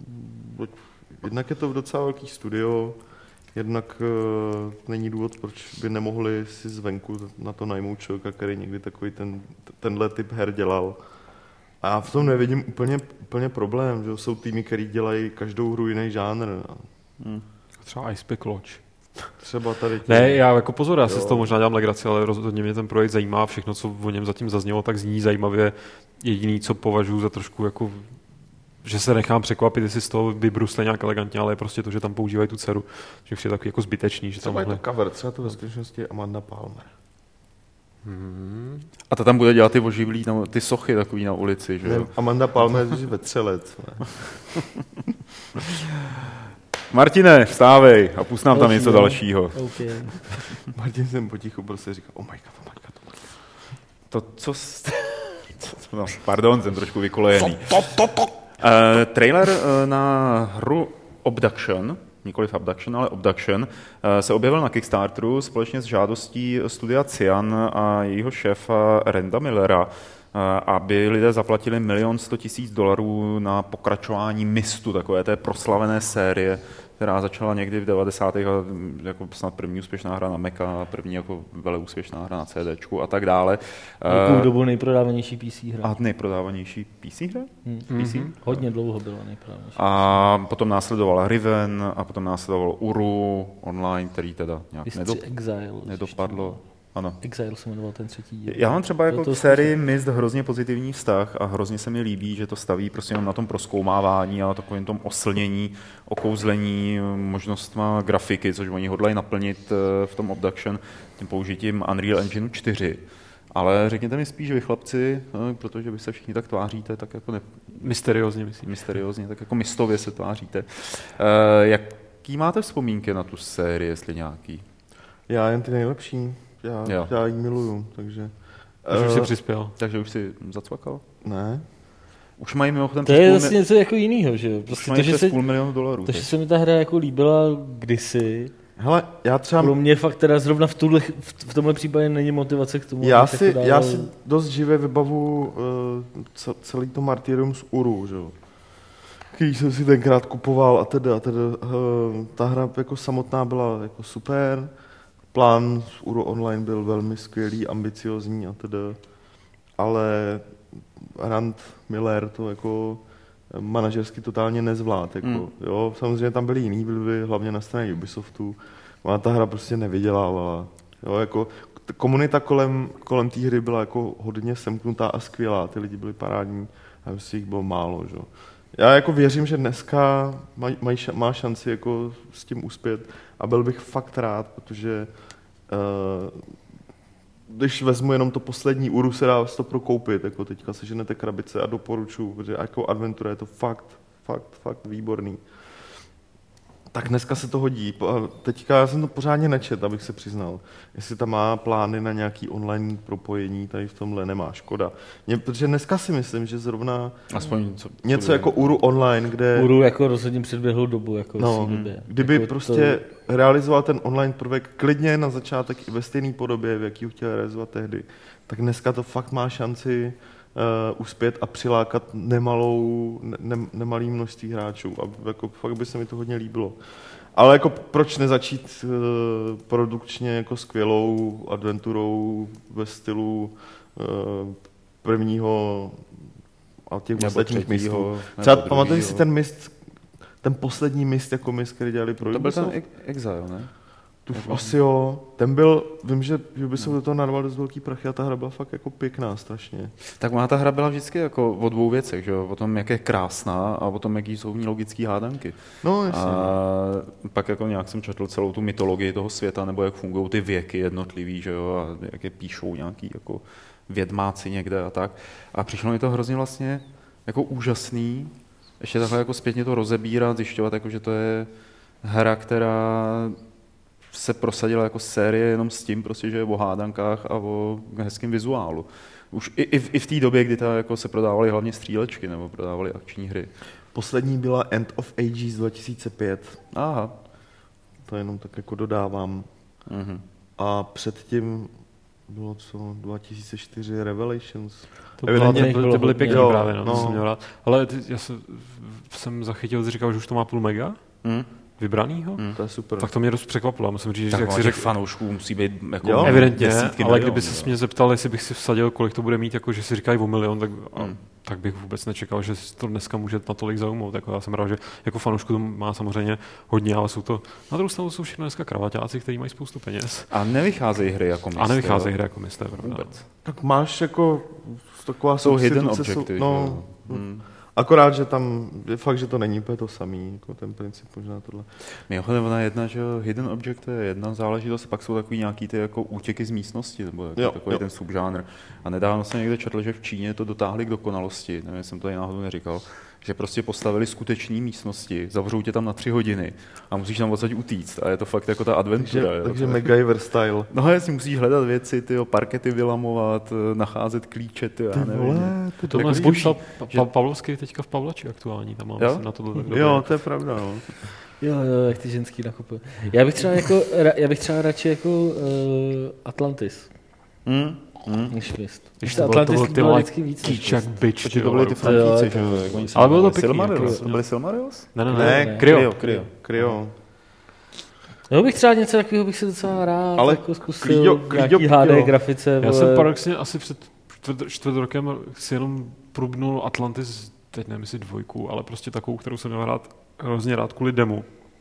Jednak je to docela velký studio, jednak uh, není důvod, proč by nemohli si zvenku na to najmout člověka, který někdy takový ten, tenhle typ her dělal. A já v tom nevidím úplně, úplně problém, že jsou týmy, který dělají každou hru jiný žánr. Hmm. Třeba Icepick Lodge. Třeba tady. Tě... Ne, já jako pozor, já si z toho možná dělám legraci, ale rozhodně mě ten projekt zajímá, všechno, co o něm zatím zaznělo, tak zní zajímavě. Jediný, co považuji za trošku jako... že se nechám překvapit, jestli z toho vybrusle nějak elegantně, ale je prostě to, že tam používají tu dceru, že je takový jako zbytečný. Že třeba tam je to cover, třeba to ve skutečnosti je Amanda Palmer. Hmm. A ta tam bude dělat ty oživlí, ty sochy takový na ulici, že jo? Amanda Palmer je vetřelec. Martine, vstávej a pust nám tam něco dalšího. Okay. Martin jsem potichu prostě říkal, oh my god, oh my god, oh my god. To, co... Jste... no, pardon, jsem trošku vykolejený. Uh, trailer uh, na hru Obduction, nikoliv Abduction, ale Obduction, uh, se objevil na Kickstarteru společně s žádostí studia Cyan a jejího šéfa Randa Millera, uh, aby lidé zaplatili milion sto tisíc dolarů na pokračování Mistu, takové té proslavené série, která začala někdy v devadesátých a jako snad první úspěšná hra na Maca, první jako veleúspěšná hra na CDčku a tak dále. Jakou dobu nejprodávanější P C hra. A nejprodávanější P C hra? Hmm. P C? Mm-hmm. Hodně dlouho byla nejprodávanější. A potom následovala Riven a potom následovalo Uru online, který teda nějak nedop- Exile, nedopadlo. Ano. Exile se jmenoval ten třetí díl. Já mám třeba jako k sérii Myst hrozně pozitivní vztah a hrozně se mi líbí, že to staví prostě jenom na tom prozkoumávání a takovým tom oslnění, okouzlení, možnostma grafiky, což oni hodlají naplnit v tom Obduction tím použitím Unreal Engine čtyři. Ale řekněte mi spíš vy chlapci, protože vy se všichni tak tváříte, tak jako ne... Mysteriózně, myslím. Mysteriózně, tak jako mistově se tváříte. Jaký máte vzpomínky na tu sérii, jestli nějaký? Já jen ty nejlepší. Já, já ji miluju, takže... Takže už jsi přispěl. Takže už jsi zacvakal? Ne. Už mají mimochodem... To je zase mi... něco jako jinýho, že jo? Prostě to, že se, půl milionu dolarů. Takže se mi ta hra jako líbila kdysi. Hele, já třeba... Pro mě fakt teda zrovna v, tuhle, v tomhle případě není motivace k tomu. Já si, jako dával... já si dost živě vybavu uh, celý to martyrium z Uru, že jo? Když jsem si tenkrát kupoval a teda, a teda uh, ta hra jako samotná byla jako super. Plán z Uru Online byl velmi skvělý, ambiciozní a teda, ale Rand Miller to jako manažersky totálně nezvlád. Jako, mm. jo, samozřejmě tam byli jiný vlivy, hlavně na straně Ubisoftu. Ona ta hra prostě nevydělávala. Jo, jako, komunita kolem, kolem té hry byla jako hodně semknutá a skvělá. Ty lidi byli parádní a prostě jich bylo málo. Že? Já jako věřím, že dneska maj, maj, má šanci jako s tím uspět a byl bych fakt rád, protože uh, když vezmu jenom to poslední Uru, se dá to prokoupit, jako teďka seženete krabice a doporučuji, protože jako adventura je to fakt, fakt, fakt výborný. Tak dneska se to hodí. Teďka já jsem to pořádně nečet, abych se přiznal. Jestli tam má plány na nějaký online propojení, tady v tomhle nemá, škoda. Mě, protože dneska si myslím, že zrovna aspoň co, něco jako Uru online, kde... Uru jako rozhodně předběhl dobu. Jako no, době. Kdyby jako prostě to... realizoval ten online prvek klidně na začátek i ve stejné podobě, v jaký ho chtěl realizovat tehdy, tak dneska to fakt má šanci uh, uspět a přilákat nemalou, ne, nemalý množství hráčů. A jako, fakt by se mi to hodně líbilo. Ale jako proč nezačít uh, produkčně jako skvělou adventurou ve stylu uh, prvního a těch ostatních mistů. Třeba pamatuješ si ten mist, ten poslední mist jako mist, který dělali pro Ubisoft? To byl ten Exile, ne? Tu jako... asi jo. Ten byl, vím, že Ubisoft do toho narval dost velký prachy a ta hra byla fakt jako pěkná strašně. Tak má ta hra byla vždycky jako o dvou věcech, že jo? O tom, jak je krásná a o tom, jaký jsou v ní logický hádanky. No, jasně. A pak jako nějak jsem četl celou tu mytologii toho světa, nebo jak fungují ty věky jednotlivý, že jo? A jak je píšou nějaký jako vědmáci někde a tak. A přišlo mi to hrozně vlastně jako úžasný, ještě takhle jako zpětně to rozebírat, zjišťovat, jako, že to je hra, která se prosadila jako série jenom s tím, prostě, že je o hádankách a o hezkém vizuálu. Už i, i v, i v té době, kdy ta, jako se prodávaly hlavně střílečky nebo prodávaly akční hry. Poslední byla End of Ages dva tisíce pět. Aha. To jenom tak jako dodávám. Mhm. A předtím bylo co, dva tisíce čtyři Revelations. To, bylo, ty, bylo ty byly pěkný jo, právě, no, no. To jsem měl rád. Ale ty, já jsem, jsem zachytil, že říkal, že už to má půl mega. Mm. Vybranýho? Mm. To je super. Tak to mě dost překvapilo. Musím říct, tak že jak si řekl, fanoušků musí být jako jo, evidentně, ale milion, kdyby se mě zeptal, jestli bych si vsadil, kolik to bude mít, jako že si říkají o milion, tak, mm. tak bych vůbec nečekal, že to dneska může natolik zaujmout. Jako já jsem rád, že jako fanoušku to má samozřejmě hodně, ale jsou to, na druhou stranu jsou všechno dneska kravaťáci, kteří mají spoustu peněz. A nevycházejí hry jako mistr. A nevycházejí hry jako mistr, pravda. Tak máš jako taková jsou hidden objecty. No, hmm. Akorát, že tam je fakt, že to není úplně to samý, jako ten princip možná tohle. Mimochodem, ona jedna, že hidden object je jedna záležitost, pak jsou takový nějaký ty jako útěky z místnosti, nebo jako jo, takový jo. ten subžánr. A nedávno jsem někde četl, že v Číně to dotáhli k dokonalosti, nevím, jsem to i náhodou neříkal, že prostě postavili skutečné místnosti, zavřou tě tam na tři hodiny a musíš tam odsaď utíct. A je to fakt jako ta adventura. Takže, takže MacGyver style. No jasně, musíš hledat věci, tyjo, parkety vylamovat, nacházet klíče, tyjo, já nevím. Vole, to to jako zboží, pa, pa, Pavlovský teďka v Pavlači aktuální, tam mám na tohle tak dobré. Jo, to je pravda, no. Jo, jo, jak ty ženský nakupy. Já bych třeba jako, já bych třeba radši jako uh, Atlantis. Hmm. Hmm. Než Mist. Když to bylo, to bylo ty bylo vždycky víc. Kýčak, bič, ty to byly ty frantíci, že jo? Ale bylo to pěkný. Silmarils? To byly Silmarils? Ne, ne, ne. ne Kryo. Kryo. Kryo. Jo, bych třeba něco takového bych si docela rád ale jako zkusil, klíďo, nějaký klíďo, há dé jo. grafice. Já jsem paradoxně asi před čtvrt, čtvrt rokem si jenom průbnul Atlantis, teď nevím jestli dvojku, ale prostě takovou, kterou jsem měl rád, hrozně rád kvůli demu.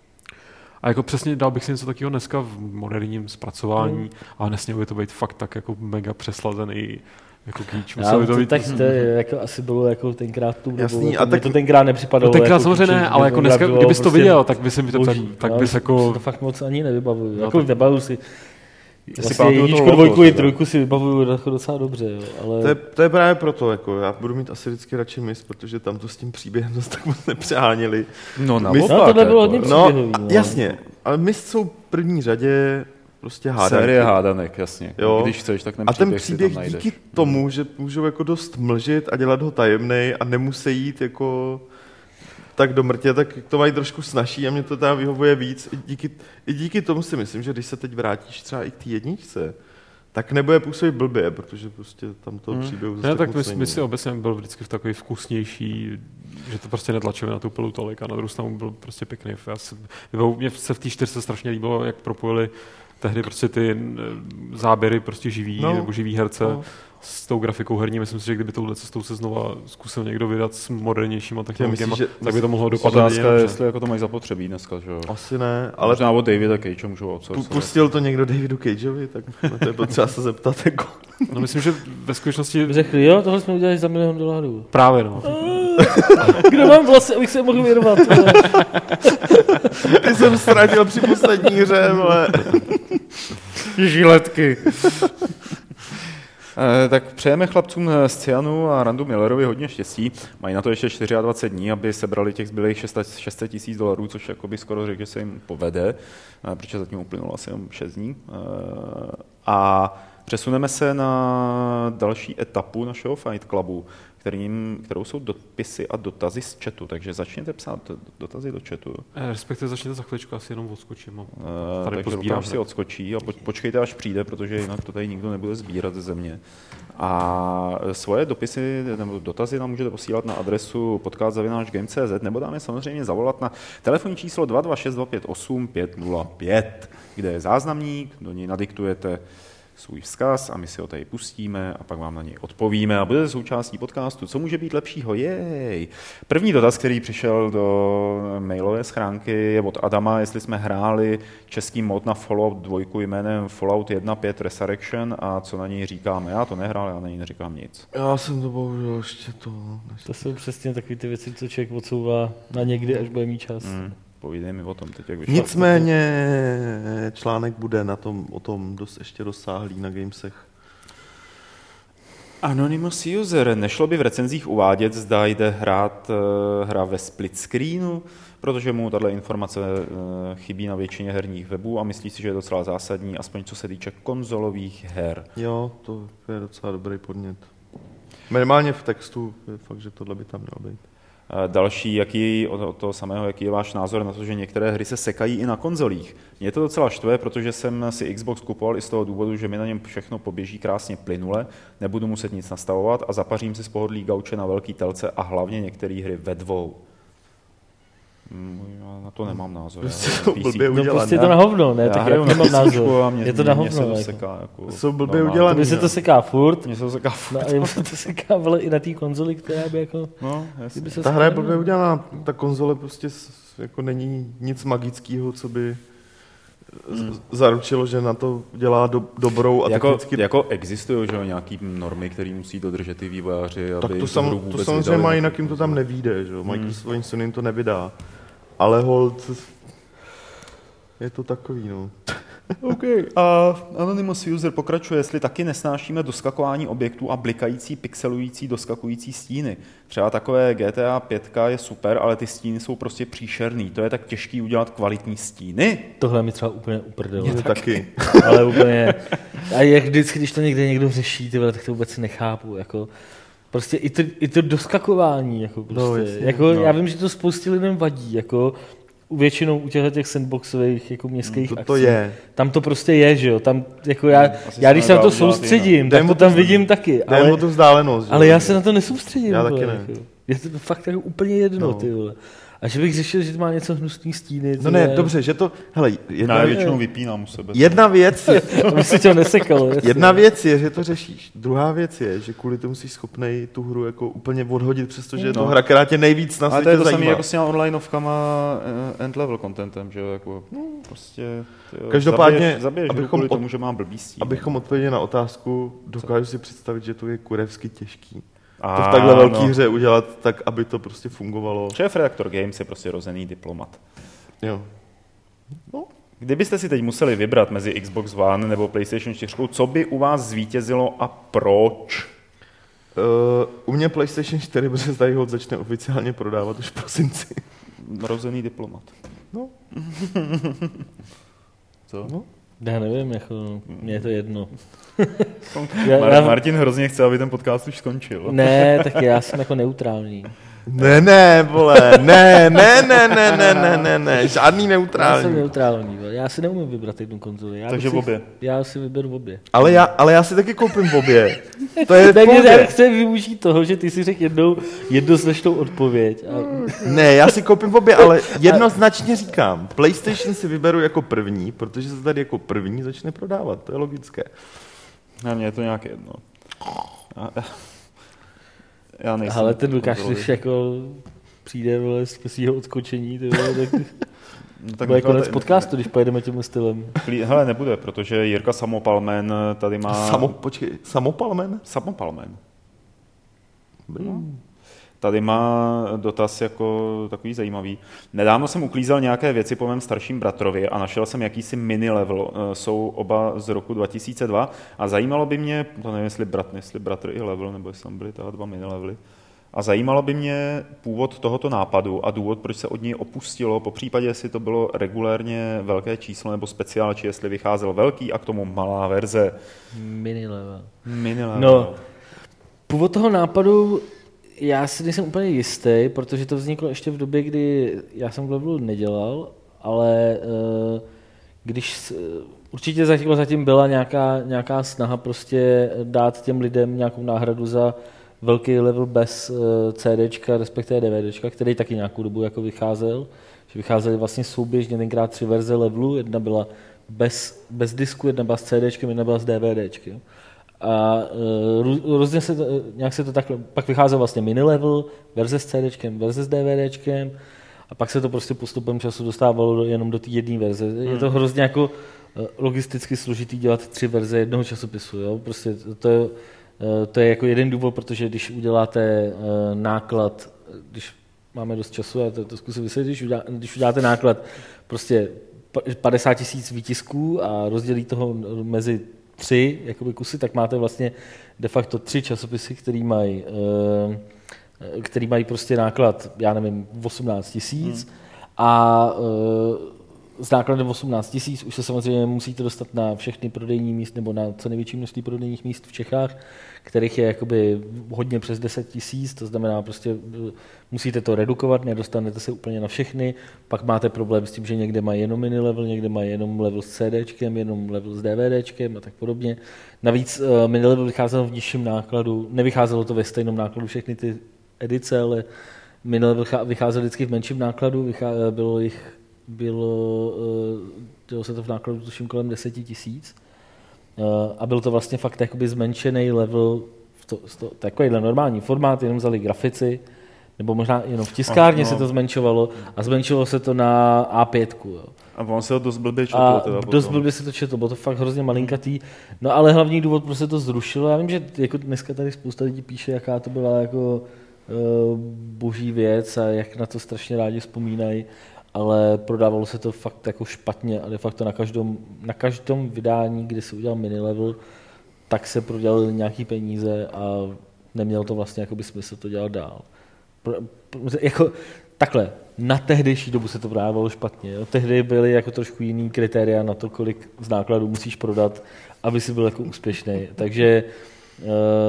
A jako přesně dal bych si něco takového dneska v moderním zpracování, mm. ale nesměl by to být fakt tak jako mega přeslazený jako kýč. Já, by to být... Tak to je, jako asi bylo jako tenkrát tu Jasný, dobu, a tak to tenkrát nepřipadalo. No tenkrát jako samozřejmě ne, ale jako dneska, kdybys prostě to viděl, tak bys mi to tak, tak bys jako... to fakt moc ani nevybavuju. No, jako tak... vybavuju si. Vlastně jedničku, dvojku i trojku si vybavuju docela dobře, jo, ale... To je, to je právě proto, jako já budu mít asi vždycky radši Myst, protože tam to s tím příběhem dost tak moc nepřeháněli. No na Myst, no, tohle bylo hodně příběhový. No, jasně, ale Myst jsou v první řadě prostě hádanky. Série hádanek, jasně. Jo. Když chceš, tak ten a příběh ten příběh si tam díky tomu, že můžou jako dost mlžit a dělat ho tajemnej a nemusí jít jako tak do mrtě, tak to mají trošku snažší a mě to tam vyhovuje víc. I díky, I díky tomu si myslím, že když se teď vrátíš třeba i k té jedničce, tak nebude působit blbě, protože prostě tam toho hmm. příběhu zase ne, tak moc my, my si obecně byl vždycky v takový vkusnější, že to prostě netlačíme na tu pilu tolik a na druhou stranu byl prostě pěkný. Já se, mě se v té čtyřce strašně líbilo, jak propojili tehdy prostě ty záběry prostě živý, no. nebo živý herce no. s tou grafikou herní. Myslím si, že kdyby touhle cestou se znova zkusil někdo vydat s modernějšíma technologiemi, tak by to mohlo dopadnout. Otázka je, jestli jako to mají zapotřebí dneska, že jo? Asi ne, ale možná od Davida Cage můžou outsourcovat. Pustil to někdo Davidu Cageovi, tak na to je potřeba se zeptat. Jako. No myslím, že ve skutečnosti... Řekli, jo, tohle jsme udělali za milion dolarů. Právě, no. Kde mám vlasy, abych se mohl věnovat? Ty jsem ztratil při poslední hře, ale... Žiletky. E, tak přejeme chlapcům z Cyanu a Randu Millerovi hodně štěstí. Mají na to ještě dvacet čtyři dní, aby sebrali těch zbylých šest set tisíc dolarů, což jakoby skoro řekl, že se jim povede, e, protože zatím uplynulo asi jenom šest dní. E, a přesuneme se na další etapu našeho Fight Clubu, kterým, kterou jsou dopisy a dotazy z chatu, takže začněte psát dotazy do chatu. Eh, respektive začněte za chvíličku, asi jenom odskočím. A tady takže Lukáš si odskočí a počkejte, až přijde, protože jinak to tady nikdo nebude sbírat ze země. A svoje dopisy nebo dotazy nám můžete posílat na adresu podcast zavináč game tečka cé zet nebo dáme samozřejmě zavolat na telefonní číslo dva dva šest dva pět osm pět nula pět, kde je záznamník, do něj nadiktujete svůj vzkaz a my si ho tady pustíme a pak vám na něj odpovíme a budete součástí podcastu. Co může být lepšího? Jej! První dotaz, který přišel do mailové schránky, je od Adama, jestli jsme hráli český mod na Fallout dva jménem Fallout jedna pět Resurrection a co na něj říkáme. Já to nehrál, já na něj neříkám nic. Já jsem to bohužel ještě to... To jsou přesně takové ty věci, co člověk odsouvá na někdy, až bude mít čas. Mm. Povídej mi o tom teď, jak vyšla. Nicméně článek bude na tom, o tom dost ještě rozsáhlý na Gamesech. Anonymous user. Nešlo by v recenzích uvádět, zda jde hrát uh, hra ve split screenu, protože mu tato informace uh, chybí na většině herních webů a myslí si, že je docela zásadní, aspoň co se týče konzolových her. Jo, to je docela dobrý podnět. Minimálně v textu je fakt, že tohle by tam mělo být. Další, jaký, od toho samého, jaký je váš názor na to, že některé hry se sekají i na konzolích. Mě to docela štve, protože jsem si Xbox kupoval i z toho důvodu, že mi na něm všechno poběží krásně plynule, nebudu muset nic nastavovat a zapařím si z pohodlí gauče na velký telce a hlavně některé hry ve dvou. Já na to nemám názor. Prostě jsou blbě udělané. No prostě je to na hovno, ne? Já tak jak nemám názor. Je to na hovno. Mě se to seká, jako, jsou blbě udělané. Mně se to seká furt. Mně se to seká furt. No, a mně se to seká vole, i na té konzoli, která by jako... No, jasně. Ta hra je blbě udělaná. Ta konzole prostě jako není nic magického, co by hmm. zaručilo, že na to dělá do, dobrou a jako, technicky... Jako existují že, nějaký normy, které musí dodržet ty vývojáři, tak aby to, sam, to samozřejmě má, jinak jim to tam nevyjde. Že? Microsoft hmm. Sony jim to nevydá. Ale hold, je to takový, no. OK. A Anonymous user pokračuje, jestli taky nesnášíme doskakování objektů a blikající, pixelující, doskakující stíny. Třeba takové G T A pět je super, ale ty stíny jsou prostě příšerný. To je tak těžký udělat kvalitní stíny. Tohle mi třeba úplně uprdelo. Je taky. Ale úplně. A jak vždycky, když to někde někdo řeší, tyhle, tak to vůbec nechápu. Jako. Prostě i to, i to doskakování, jako prostě. No, jasně, jako, no. Já vím, že to spoustě lidem vadí, jako většinou u těchto těch sandboxových jako městských to, akcí. To je. Tam to prostě je, že jo, tam jako já, já když se na to soustředím, tak to tam to, vidím taky. Ale, mu tu vzdálenost. Ale já se na to nesoustředím. Já vole, taky ne. Jako. Je to fakt jako úplně jedno, no. Ty vole. A že bych řešil, že to má něco hnusný stíny. No ne, je... dobře, že to, hele, jedna, já většinou vypínám u sebe. Jedna věc je, aby se tě nesekalo. Jedna věc je, že to řešíš. Druhá věc je, že kvůli tomu jsi schopnej tu hru jako úplně odhodit, přestože je to no. hra, která tě nejvíc na světě zajímá. Ale to je to samé jako s těma onlineovkama end level contentem, že jako, no, prostě tyjo, každopádně, zabiješ, zabiješ abychom kvůli tomu, že mám blbý stín. Abychom odpověděli na otázku, dokážu Co? si představit, že to je kurevsky těžký. To v takhle velký no. hře udělat tak, aby to prostě fungovalo. Šéf-redaktor Games je prostě rozený diplomat. Jo. No. Kdybyste si teď museli vybrat mezi Xbox One nebo PlayStation čtyři, co by u vás zvítězilo a proč? Uh, u mě PlayStation čtyři, protože se tady hod začne oficiálně prodávat už v prosinci. Rozený diplomat. No. Co? No. Já nevím, jako, mně je to jedno. já, Mar- já... Martin hrozně chce, aby ten podcast už skončil. Ne, tak já jsem jako neutrální. Ne, ne, vole, ne, ne, ne, ne, ne, ne, ne, ne, žádný neutrální. Já jsem neutrální, vole. Já si neumím vybrat jednu konzoli. Já Takže si, obě. Já si vyberu obě. Ale já, ale já si taky koupím obě. To je ne, já chci využít toho, že ty si řekl jednou jednoznačnou odpověď. A... Ne, já si koupím obě, ale jednoznačně říkám, PlayStation si vyberu jako první, protože se tady jako první začne prodávat, to je logické. Na mě je to nějak jedno. Já nejsem. Ale ten Lukáš, když jako přijde vole, z svého odskočení, ty vole, tak, no, tak bude konec podcastu, když pojedeme tím stylem. Hele, nebude, protože Jirka Samopalmen tady má... Samo, počkej, Samopalmen? Samopalmen. Hmm. Tady má dotaz jako takový zajímavý. Nedávno jsem uklízel nějaké věci po mém starším bratrovi a našel jsem jakýsi mini level. Jsou oba z roku dva tisíce dva a zajímalo by mě, to nevím, jestli, brat, jestli bratr i level, nebo jestli tam byly tahle dva mini levely, a zajímalo by mě původ tohoto nápadu a důvod, proč se od něj opustilo, po případě, jestli to bylo regulérně velké číslo nebo speciál, či jestli vycházel velký a k tomu malá verze. Mini level. Mini level. No, původ toho nápadu já si nejsem úplně jistý, protože to vzniklo ještě v době, kdy já jsem levelu nedělal, ale uh, když určitě zatím, zatím byla nějaká, nějaká snaha prostě dát těm lidem nějakou náhradu za velký level bez uh, CDčka, respektive DVDčka, který taky nějakou dobu jako vycházel. Že vycházely vlastně souběžně tenkrát tři verze levelu, jedna byla bez, bez disku, jedna byla s CDčkem, jedna byla s DVDčkem. A uh, různě se to, nějak se to takhle, pak vycházel vlastně mini level, verze s CDčkem, verze s DVDčkem a pak se to prostě postupem času dostávalo do, jenom do té jedné verze. Hmm. Je to hrozně jako uh, logisticky složitý dělat tři verze jednoho časopisu, jo? Prostě to je, uh, to je jako jeden důvod, protože když uděláte uh, náklad, když máme dost času, já to, to zkusím vysvětlit, když, udělá, když uděláte náklad prostě padesát tisíc výtisků a rozdělí toho mezi tři jakoby kusy, tak máte vlastně de facto tři časopisy, který mají, který mají prostě náklad, já nevím, osmnáct tisíc hmm. a s nákladem osmnáct tisíc už se samozřejmě musíte dostat na všechny prodejní míst nebo na co největší množství prodejních míst v Čechách, kterých je jakoby hodně přes deset tisíc, to znamená prostě musíte to redukovat, nedostanete se úplně na všechny, pak máte problém s tím, že někde mají jenom mini level, někde mají jenom level s CDčkem, jenom level s DVDčkem a tak podobně. Navíc uh, mini level vycházelo v nižším nákladu, nevycházelo to ve stejném nákladu všechny ty edice, ale mini level vycházelo vždycky v menším nákladu, vychá- bylo jich bylo, dělo se to v nákladu tuším kolem deset tisíc a byl to vlastně fakt jakoby zmenšený level, to, to, takovýhle normální formát, jenom vzali grafici, nebo možná jenom v tiskárně no, no. se to zmenšovalo a zmenšilo se to na á pět. Jo. A on se to dost blbě četlo. Teda dost blbě se to četlo, bylo to fakt hrozně malinkatý. No ale hlavní důvod, proč se to zrušilo, já vím, že jako dneska tady spousta lidí píše, jaká to byla jako uh, boží věc a jak na to strašně rádi vzpomínají, ale prodávalo se to fakt jako špatně a de facto na každém, na každém vydání, kdy se udělal mini level, tak se prodělaly nějaký peníze a nemělo to vlastně jakoby smysl to dělat dál. Pro, pro, jako, takhle, na tehdejší dobu se to prodávalo špatně. Jo. Tehdy byly jako trošku jiný kritéria na to, kolik z nákladů musíš prodat, aby si byl jako úspěšný. Takže uh,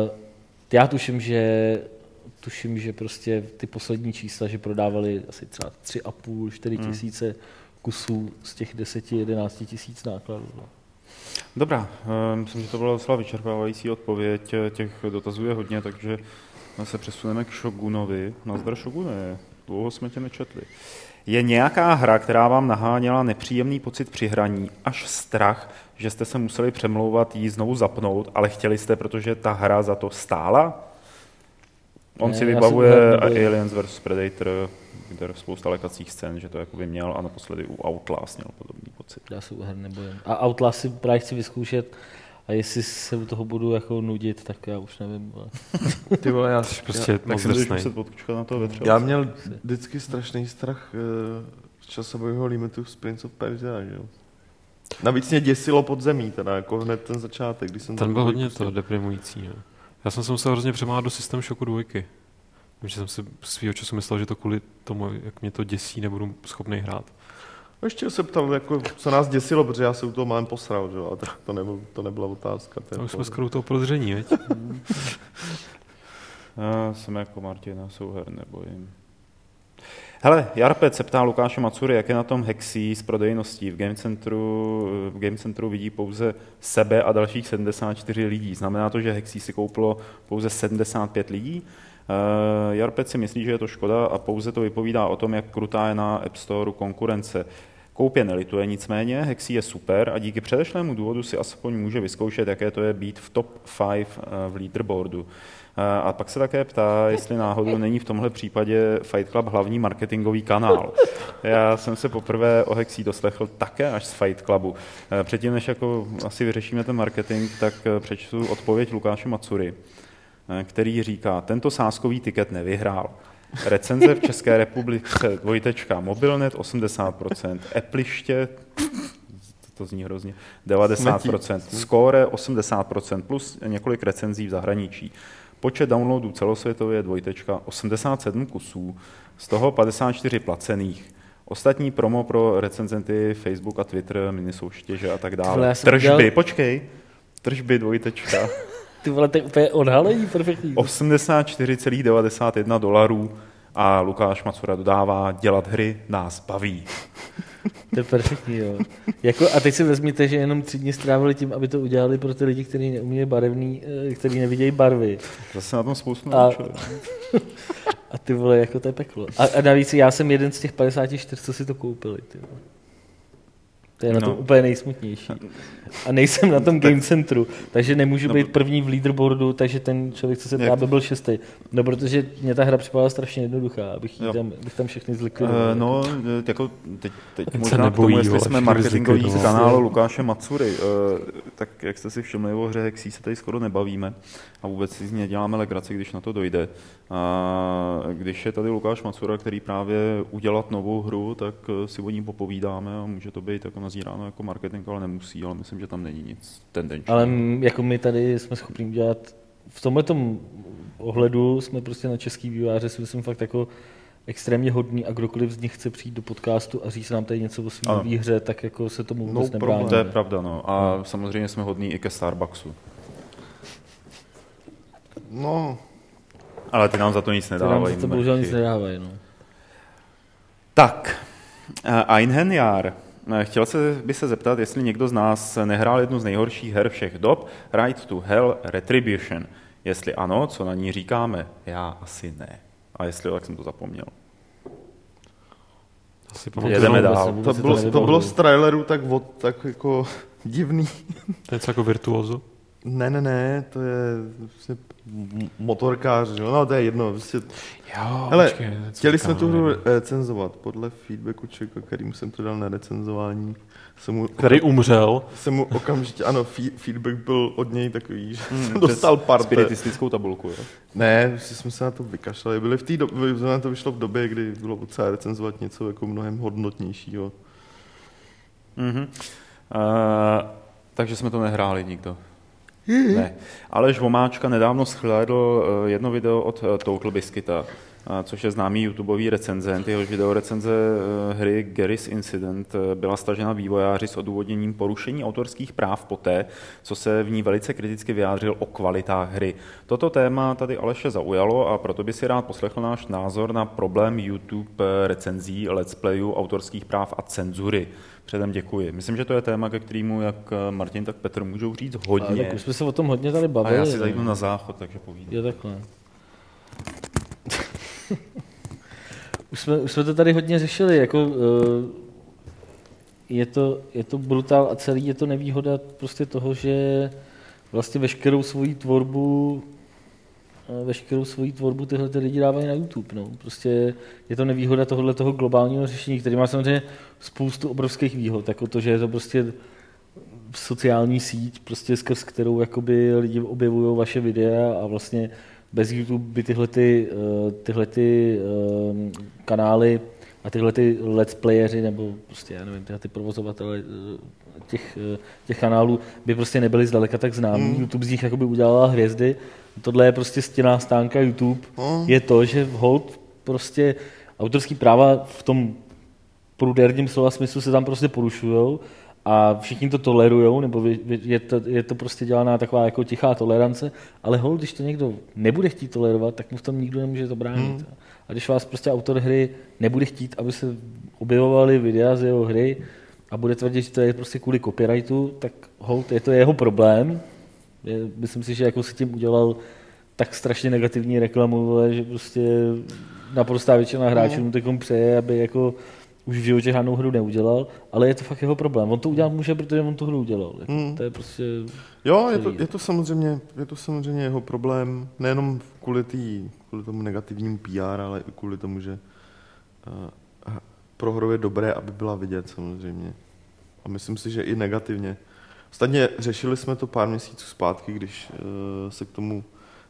já tuším, že tuším, že prostě ty poslední čísla, že prodávali asi třeba tři a půl, čtyři tisíce hmm. kusů z těch deseti, jedenácti tisíc nákladů. No. Dobrá, myslím, že to byla docela vyčerpávající odpověď, těch dotazů je hodně, takže se přesuneme k Shogunovi. Nazdar Shogune, dlouho jsme tě nečetli. Je nějaká hra, která vám naháněla nepříjemný pocit při hraní, až strach, že jste se museli přemlouvat jí znovu zapnout, ale chtěli jste, protože ta hra za to stála? On ne, si vybavuje Aliens versus. Predator, kde spousta lekacích scén, že to jakoby měl a naposledy u Outlast měl podobný pocit. Já se u her nebojím. A Outlast si právě chci vyzkoušet a jestli se u toho budu jako nudit, tak já už nevím. Ale... Ty vole, já prostě já, moc drsnej. Na to vetřel. Já měl vždycky strašný strach z časového limitu z Prince of Persia, že jo. Navíc mě děsilo pod zemí, teda jako hned ten začátek, když jsem ten byl hodně to deprimující, jo. Já jsem se musel hrozně přemáhat do System Shocku dvojky. Protože jsem si svýho času myslel, že to kvůli tomu, jak mě to děsí, nebudu schopný hrát. Ještě se ptal, jako, co nás děsilo, protože já se u toho mám posral, že? A tak to, nebyl, to nebyla otázka. To už jsme skoro u toho prozření, veď? Já jsem jako Martina, souher nebojím. Hele, Jarpet se ptá Lukáše Macury, jak je na tom Hexy s prodejností. V Game Centru, v Game Centru vidí pouze sebe a dalších sedmdesát čtyři lidí. Znamená to, že Hexy si koupilo pouze sedmdesát pět lidí? Uh, Jarpet si myslí, že je to škoda a pouze to vypovídá o tom, jak krutá je na App Store konkurence. Koupě nelituje, nicméně Hexy je super a díky předešlému důvodu si aspoň může vyzkoušet, jaké to je být v top pět v leaderboardu. A pak se také ptá, jestli náhodou není v tomhle případě Fight Club hlavní marketingový kanál. Já jsem se poprvé o Hexy doslechl také až z Fight Clubu. Předtím, než jako asi vyřešíme ten marketing, tak přečtu odpověď Lukáše Macury. který říká, tento sázkový tiket nevyhrál. Recenze v České republice dvojtečka Mobilnet osmdesát procent, Appliště, to zní hrozně, devadesát procent, Score osmdesát procent plus několik recenzí v zahraničí. Počet downloadů celosvětově dvojtečka osmdesát sedm kusů, z toho padesát čtyři placených. Ostatní promo pro recenzenty Facebook a Twitter, minisouštěže a tak dále. Tržby, udělal... počkej, tržby dvojtečka. Ty vole, to je úplně odhalení, perfektní. osmdesát čtyři celá devadesát jedna dolarů a Lukáš Macura dodává, dělat hry nás baví. To je perfektní, jo. Jako, a teď si vezměte, že jenom tři dny strávili tím, aby to udělali pro ty lidi, kteří neumí barevný, kteří nevidějí barvy. Zase na tom spoustu naučili. A ty vole, jako to je peklo. A, a navíc já jsem jeden z těch padesáti čtyř, co si to koupili. Ty vole. To je na tom no. úplně nejsmutnější. A nejsem na tom Game Centru, takže nemůžu no, být první v leaderboardu, takže ten člověk, co se trápil, by byl šestý. No, protože mě ta hra připadala strašně jednoduchá, abych, tam, abych tam všechny zlikvidoval. Uh, no, jako teď, teď možná nebojí, k tomu, jestli jsme marketingový z kanálu Lukáše Macury, uh, tak jak jste si všimli o hře Hexí se tady skoro nebavíme a vůbec si z ní neděláme legraci, když na to dojde. A když je tady Lukáš Macura, který právě udělat novou hru, tak si o ní popovídáme a může to být jako nazíráno jako marketing, ale nemusí, ale myslím, že tam není nic tendenčního. Ale jako my tady jsme schopni udělat, v tomhletom ohledu jsme prostě na český vývojáře, si myslím fakt jako extrémně hodný a kdokoliv z nich chce přijít do podcastu a říct nám tady něco o svým výhře, tak jako se tomu vůbec no, nebrání. To je pravda, no. A no. samozřejmě jsme hodní i ke Starbucksu. No. Ale ty nám za to nic nedávají. Ty nám za to bohužel nic nedávají, no. Tak, Einhenjahr. Chtěl se, by se zeptat, jestli někdo z nás nehrál jednu z nejhorších her všech dob, Ride to Hell Retribution. Jestli ano, co na ní říkáme? Já asi ne. A jestli tak jsem to zapomněl. Asi jedeme dál. To bylo, to bylo z traileru tak, od, tak jako divný. To je jako virtuózu? Ne, ne, ne, to je vlastně motorkář, no to je jedno. Vlastně. Jo, hele, počkej, chtěli jsme tu hru recenzovat, podle feedbacku člověka, kterým jsem to dal na recenzování. Mu, který umřel. Jsem mu okamžitě, ano, feedback byl od něj takový, že hmm, jsem dostal pár spiritistickou tabulku, jo? Ne, jsme se na to vykašlali, byli v té době, na to vyšlo v době, kdy bylo potřeba recenzovat něco jako mnohem hodnotnějšího. Mm-hmm. Uh, takže jsme to nehráli nikdo. Ne. Aleš Vomáčka nedávno shlédl jedno video od Total Biscuita, což je známý YouTubeový recenzent. Jehož video recenze hry Garry's Incident byla stažena vývojáři s odůvodněním porušení autorských práv poté, co se v ní velice kriticky vyjádřil o kvalitách hry. Toto téma tady Aleše zaujalo a proto by si rád poslechl náš názor na problém YouTube recenzí, let's playů, autorských práv a cenzury. Předem děkuji. Myslím, že to je téma, ke kterému jak Martin, tak Petr můžou říct hodně. A tak už jsme se o tom hodně tady bavili. A já si zajdu na záchod, takže povídám. Je takhle. už, jsme, už jsme to tady hodně řešili. Jako, uh, je, to, je to brutál a celý je to nevýhoda prostě toho, že vlastně veškerou svoji tvorbu veškerou svoji tvorbu tyhle ty lidi dávají na YouTube. No. Prostě je to nevýhoda tohohle toho globálního řešení, který má samozřejmě spoustu obrovských výhod, jako to, že je to prostě sociální síť, prostě skrz kterou jakoby lidi objevují vaše videa a vlastně bez YouTube by tyhle, ty, tyhle ty, um, kanály a tyhle ty let's playeři nebo prostě, já nevím, tyhle ty provozovatele těch, těch kanálů by prostě nebyli zdaleka tak známí. Mm. YouTube z nich jakoby udělala hvězdy. Tohle je prostě stěnná stánka YouTube. Mm. Je to, že hold prostě autorský práva v tom prudérním slova smyslu se tam prostě porušujou a všichni to tolerujou, nebo je to, je to prostě dělaná taková jako tichá tolerance, ale hold, když to někdo nebude chtít tolerovat, tak mu v tom nikdo nemůže zabránit. Mm. A když vás prostě autor hry nebude chtít, aby se objevovaly videa z jeho hry a bude tvrdit, že to je prostě kvůli copyrightu, tak hold, je to jeho problém. Je, myslím si, že jako si tím udělal tak strašně negativní reklamu, že prostě naprostá většina hráčů mu takom přeje, aby jako už v životě žádnou hru neudělal, ale je to fakt jeho problém. On to udělat může, protože on tu hru udělal. Jako, hmm. To je prostě... Jo, je to, je, to samozřejmě, je to samozřejmě jeho problém, nejenom kvůli, tý, kvůli tomu negativnímu P R, ale i kvůli tomu, že uh, pro hru je dobré, aby byla vidět samozřejmě. A myslím si, že i negativně. Ostatně řešili jsme to pár měsíců zpátky, když uh, se k tomu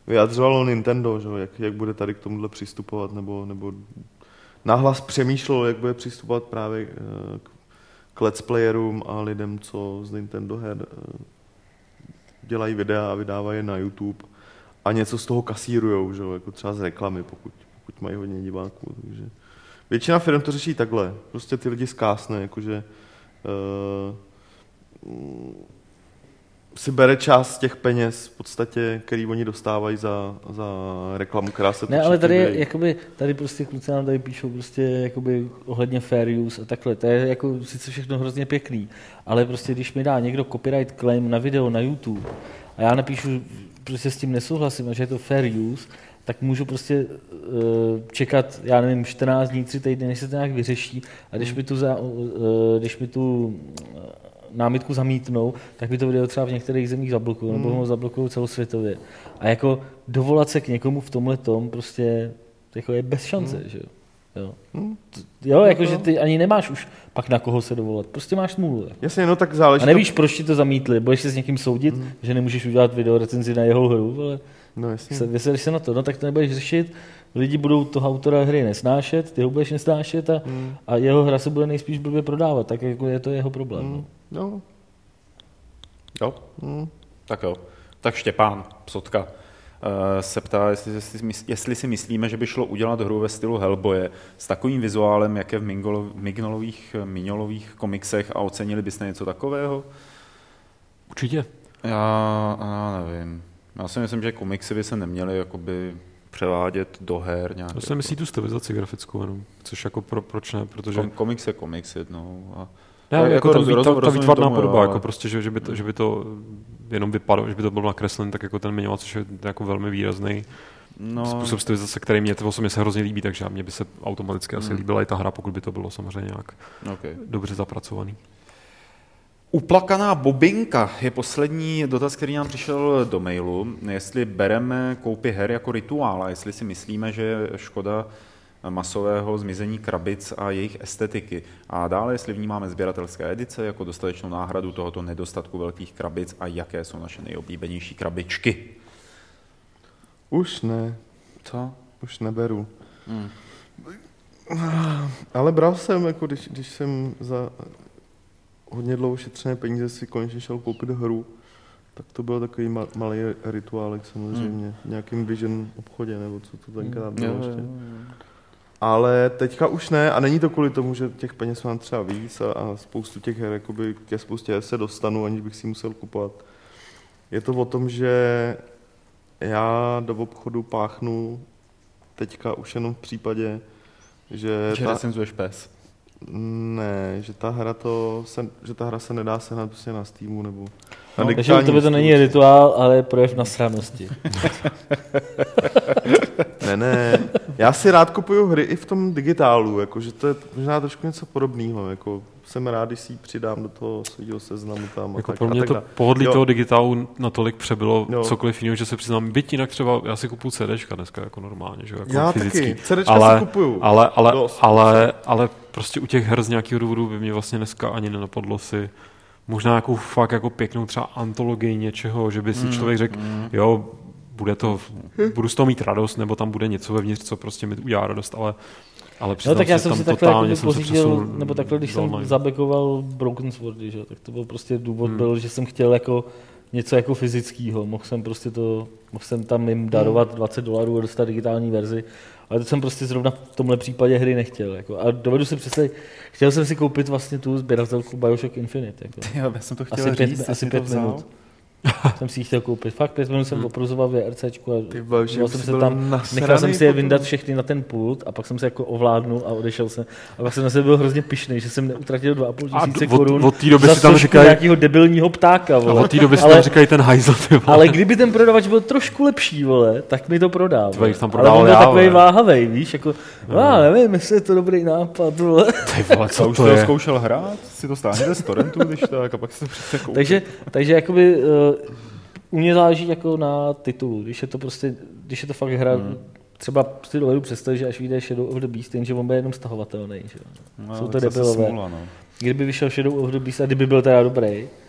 vyjadřovalo Nintendo, že? Jak, jak bude tady k tomuhle přistupovat, nebo, nebo nahlas přemýšlel, jak bude přistupovat právě k, k let's playerům a lidem, co z Nintendo her dělají videa a vydávají je na YouTube a něco z toho kasírujou, že? Jako třeba z reklamy, pokud, pokud mají hodně diváků. Takže většina firm to řeší takhle. Prostě ty lidi zkásne, jakože uh, si bere část těch peněz v podstatě, který oni dostávají za, za reklamu, která se Ne, ale tady je, jakoby, tady prostě kluci nám tady píšou prostě jakoby ohledně fair use a takhle. To je jako sice všechno hrozně pěkný, ale prostě když mi dá někdo copyright claim na video na YouTube a já napíšu, prostě s tím nesouhlasím a že je to fair use, tak můžu prostě uh, čekat, já nevím, čtrnáct dní, tři týdny, než se to nějak vyřeší a když mi tu, za, uh, když mi tu uh, námitku zamítnou, tak by to video třeba v některých zemích zablokují, nebo ho zablokují celosvětově. A jako dovolat se k někomu v tomhle tom prostě jako je bez šance, hmm. že jo. Jo, hmm. jo jakože ty ani nemáš už pak na koho se dovolat, prostě máš smůlu. Jasně, no tak záleží. A nevíš, to... proč ti to zamítli, budeš se s někým soudit, hmm. že nemůžeš udělat video recenzi na jeho hru, ale no, jasně. se, vysedeš se na to, no tak to nebudeš řešit, lidi budou toho autora hry nesnášet, ty ho budeš nesnášet a, hmm. a jeho hra se bude nejspíš blbě prodávat, tak jako je to jeho problém. Hmm. No. Jo, hmm. tak jo. Tak Štěpán Psotka uh, se ptá, jestli, jestli, jestli si myslíme, že by šlo udělat hru ve stylu Hellboye s takovým vizuálem, jak je v Mignolových, Mignolových komiksech a ocenili byste něco takového? Určitě. Já, já nevím. Já si myslím, že komiksy by se neměly jakoby převádět do her nějak. To se myslí tu stylizaci grafickou jenom, což jako pro, proč ne, protože... Kom, komiks je komiks jednou a ne, jako, jako ta, roz, ta, ta výtvarná tomu, podoba, ale... jako prostě, že, že, by to, že by to jenom vypadalo, že by to bylo nakreslen, tak jako ten minimal, což je jako velmi výrazný no. způsob stylizace, který mě osobně se hrozně líbí, takže mě by se automaticky asi hmm. líbila i ta hra, pokud by to bylo samozřejmě nějak okay. dobře zapracovaný. Uplakaná bobinka je poslední dotaz, který nám přišel do mailu. Jestli bereme koupy her jako rituál a jestli si myslíme, že je škoda masového zmizení krabic a jejich estetiky. A dále, jestli vnímáme sběratelské edice jako dostatečnou náhradu tohoto nedostatku velkých krabic a jaké jsou naše nejoblíbenější krabičky. Už ne. Co? Už neberu. Hmm. Ale bral jsem, jako když, když jsem za hodně dlouho šetřené peníze si konečně šel koupit hru, tak to byl takový ma- malý rituálek samozřejmě. Hmm. V nějakým Vision obchodě, nebo co to tenkrát bylo hmm. ještě. Ale teďka už ne a není to kvůli tomu, že těch peněz mám třeba víc a, a spoustu těch her, jakoby ke spoustě her se dostanu, aniž bych si musel kupovat. Je to o tom, že já do obchodu páchnu teďka už jenom v případě, že... Že ta... recenzuješ pes. Ne, že ta hra to se, že ta hra se nedá sehnat prostě na Steamu nebo na no, takže to by to není rituál, ale projev nasranosti. ne, ne. Já si rád kupuju hry i v tom digitálu, jakože to je možná trošku něco podobného. Jako jsem rád, když si ji přidám do toho svého seznamu tam. Jako tak, pro mě to dá. Pohodlí jo. toho digitálu natolik přebylo jo. cokoliv jiného, že se přiznám, byť jinak třeba, já si kupuju CDčka dneska jako normálně, že jako já fyzicky. Taky. CDčka ale, si kupuju. Ale, ale, Dost, ale, ale prostě u těch her z nějakého důvodu by mě vlastně dneska ani nenapadlo si možná nějakou fakt jako pěknou třeba antologii něčeho, že by si mm, člověk řekl, mm. jo, bude to, budu z toho mít radost, nebo tam bude něco vevnitř, co prostě mi udělá radost, ale ale no tak já jsem si takhle jako pořídil, nebo takhle, když jsem zabekoval Broken Swordy, že? Tak to byl prostě důvod hmm. byl, že jsem chtěl jako něco jako fyzického, mohl jsem prostě to, mohl jsem tam jim darovat hmm. dvacet dolarů a dostat digitální verzi, ale to jsem prostě zrovna v tomhle případě hry nechtěl. Jako. A dovedu si představit, chtěl jsem si koupit vlastně tu sběratelku Bioshock Infinite. Jako. Ty, já jsem to chtěl asi říct, pět, asi pět minut. jsem si ji chtěl koupit. Fakt pět minut jsem oprozoval VRCčku a jsem se tam, nechal jsem si je vyndat všechny na ten pult a pak jsem se jako ovládnul a odešel jsem. A pak jsem na sebe byl hrozně pyšnej, že jsem neutratil dva a půl tisíce korun od té doby za si tam říkají nějakého debilního ptáka. Vole. A od té doby si tam říkají ten hajzl. Ale kdyby ten prodavač byl trošku lepší, vole, tak mi to prodal. Tam ale on byl já, takovej váhavej, víš, jako, no, já nevím, jestli je to dobrý nápad. Vole. Ty vole, co už to zkoušel hrát? Si to stáhněte z torrentu, když tak, a pak si to přece koupit. Takže, takže jakoby... U mě záleží jako na titulu, když je to prostě, když je to fakt hra, hmm. třeba si dovedu představit, že až vyjde Shadow of the Beast, jenže on bude jenom stahovatelný, že? No, jsou to debilové. Smůla, no. Kdyby vyšel Shadow of the Beast a kdyby byl teda dobrý,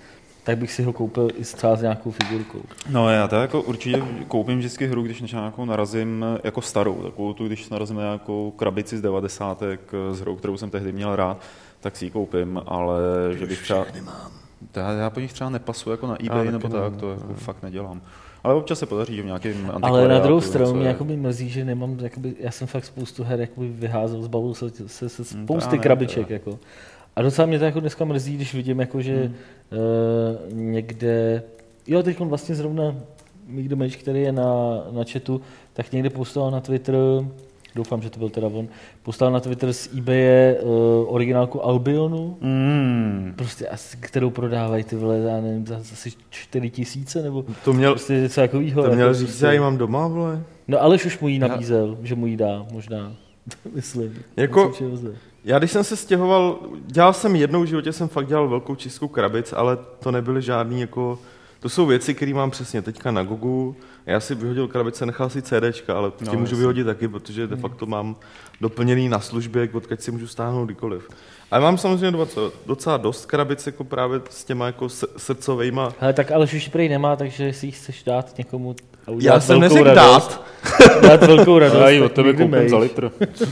tak bych si ho koupil i třeba s nějakou figurkou. No já to jako určitě koupím vždycky hru, když nějakou narazím jako starou, takovou tu, když narazím na nějakou krabici z devadesátek s hrou, kterou jsem tehdy měl rád, tak si ji koupím, ale když že bych třeba... Já, já po nich třeba nepasuji jako na eBay nebo tak, to jako fakt nedělám. Ale občas se podaří, že v nějakém antikvariátu... Ale na druhou stranu mě jakoby mrzí, že nemám, jakoby, já jsem fakt spoustu her jakoby vyházel, zbavil se, se, se spousty krabiček. Jako. A docela mě to jako dneska mrzí, když vidím, jako, že hmm. uh, někde... Jo, teď vlastně zrovna Mík Domeš, který je na, na chatu, tak někde postoval na Twitter, doufám, že to byl teda on, postoval na Twitter z eBaye uh, originálku Albionu, mm. prostě asi, kterou prodávají ty vole, já nevím, za asi čtyři tisíce, nebo to měl, prostě něco takovýho. To měl jako říct, prostě. Já ji mám doma, vole. No Aleš už mu ji nabízel, já. že mu ji dá, možná, myslím. Jako, já když jsem se stěhoval, dělal jsem jednou v životě, jsem fakt dělal velkou čistku krabic, ale to nebyly žádný jako, to jsou věci, které mám přesně teďka na Gogu. Já si vyhodil krabice, nechal si CDčka, ale no, tím můžu vyhodit taky, protože de facto mám doplněný na službě, odkud si můžu stáhnout kdykoliv. Ale mám samozřejmě docela dost krabic jako právě s těma jako srdcovejma. Ale tak Aleš už prej nemá, takže si ji chceš dát někomu a udělat Já jsem neřekl dát. Dát velkou radost. Já ji od tebe koupím za litr.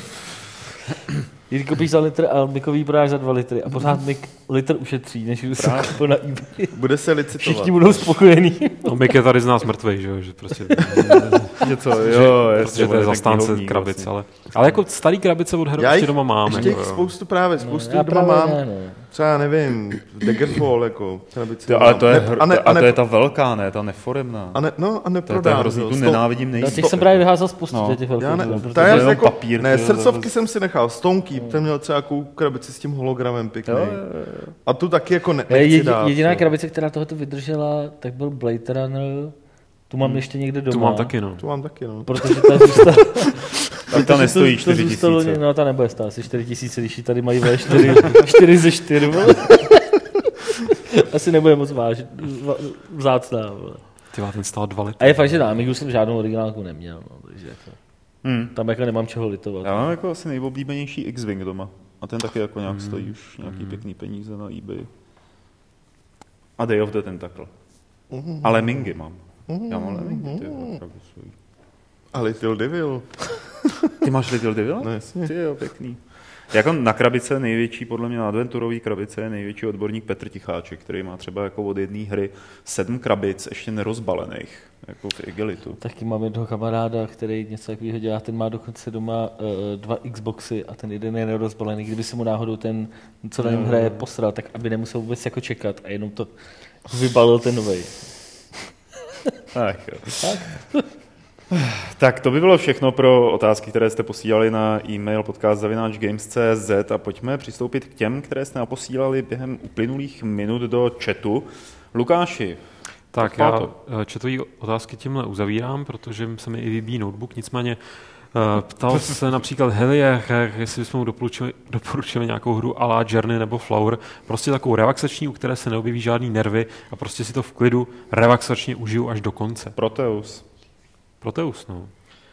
Když koupíš za litr a Mikovi prodáš za dva litry a pořád Mik litr ušetří, než když se koupil na eBay. Bude se licitovat. Všichni budou spokojení. No Mik je tady z nás mrtvej, že jo, že prostě... Něco, jo, že to je zastánce krabic, vlastně. ale... Ale jako starý krabice od her ještě doma mám. Já jich spoustu právě, spoustu no, doma mám. Ne, ne. Třeba nevím, Daggerfall jako krabici. To, ale to je, hr, a, ne, a, ne, a to je ta velká, ne, ta neforemná. A ne, no a neprodám. To je hrozný, tu nenávidím nejvíc. Těch jsem právě vyházel spoustu no. těch velkých. Ne, to je jako, papír. Ne, srdcovky jsem si nechal, Stonky, ten měl třeba nějakou krabici s tím hologramem pěkný. A tu taky jako ne, nechci dát. Jediná krabice, která tohoto vydržela, tak byl Blade Runner. Tu mám ještě někde doma. Tu mám taky, no. Tu mám taky, no. Protože ta zůstala... Tak ta nestojí čtyři tisíce. No ta nebude stát asi čtyři tisíce, když ji tady mají ve čtyři ze čtyř. Asi nebude moc vážit, vzácná. Ty má ten stál dva litry. A je fakt, že na Amigu jsem žádnou originálku neměl, no, takže jako, hmm. tam jako nemám čeho litovat. Já mám jako asi nejoblíbenější X-Wing doma. A ten taky jako nějak hmm. stojí už nějaký hmm. pěkný peníze na eBay. A Day of the Tentacle. Hmm. Ale Mingy mám. Hmm. Já mám Mingy, ty opravdu svůj. A Little Devil. Ty máš Little Devil? No jasně. Ty jo, pěkný. Jako na krabice největší, podle mě na adventurový krabice je největší odborník Petr Ticháček, který má třeba jako od jedné hry sedm krabic ještě nerozbalených, jako v Igelitu. Taky mám jednoho kamaráda, který něco takového dělá, ten má dokonce doma uh, dva Xboxy a ten jeden je nerozbalený. Kdyby se mu náhodou ten, co na něm hraje, posral, tak aby nemusel vůbec jako čekat a jenom to vybalil ten novej. Ach jo. Tak? Tak to by bylo všechno pro otázky, které jste posílali na e-mail podcast zavináč games tečka cé zet a pojďme přistoupit k těm, které jste naposílali během uplynulých minut do chatu. Lukáši. Tak já chatové otázky tímhle uzavírám, protože se mi i vybíjí notebook, nicméně ptal se například Helie, jestli bychom mu doporučili, doporučili nějakou hru a la Journey nebo Flower, prostě takovou relaxační, u které se neobjeví žádný nervy a prostě si to v klidu relaxačně užiju až do konce. Proteus. Proteus, no.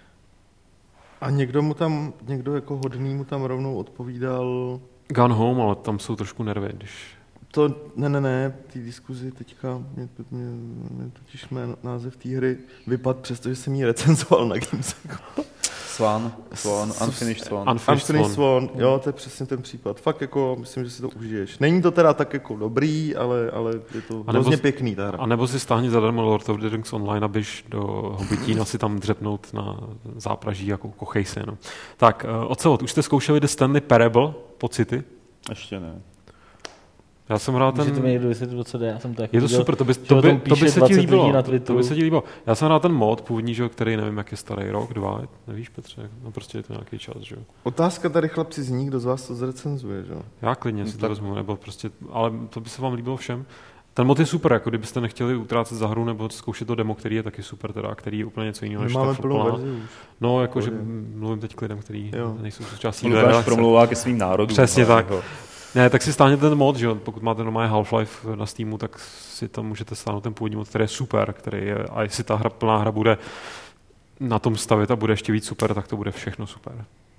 A někdo mu tam, někdo jako hodný mu tam rovnou odpovídal... Gone Home, ale tam jsou trošku nervy, když... To, ne, ne, ne, ty diskuzi teďka, mě, mě, mě totiž mé název té hry vypad, přestože jsem ji recenzoval na Gameseku. Swan, Swan, Unfinished Swan. Unfinished, Unfinished Swan, jo, to je přesně ten případ. Fakt jako, myslím, že si to užiješ. Není to teda tak jako dobrý, ale, ale je to hrozně pěkný ta hra. A nebo si stáhni zadarmo Lord of the Rings Online, abyš do Hobbitína si tam dřepnout na zápraží, jako kochej se, no. Tak, Ocelot, už jste zkoušeli The Stanley Parable, pocity? Ještě ne. Já jsem hrál ten... Můžete mi někdo vysvětlit, co jde, já jsem to jako je to viděl, super, to by, to by, to by se ti líbilo. To by se ti líbilo. Já jsem hrál ten mod původní, že, který nevím, jak je starý, rok, dva, nevíš, Petře? No prostě je to nějaký čas, že jo. Otázka tady, chlapci, zní, kdo z vás to zrecenzuje, že jo? Já klidně si to vezmu, nebo prostě, ale to by se vám líbilo všem. Ten mod je super, jako kdybyste nechtěli utrácet za hru nebo zkoušet to demo, který je taky super, teda, který je úplně něco jiného než ta plná. No, jakože mluvím teď k lidem, kteří nejsou součástí. Lukáš promlouvá ke svým národům. Přesně tak. Ne, tak si stáhněte ten mod, že jo, pokud máte normálně Half-Life na Steamu, tak si tam můžete stáhnout ten původní mod, který je super, který je, a jestli ta hra, plná hra bude na tom stavit a bude ještě víc super, tak to bude všechno super.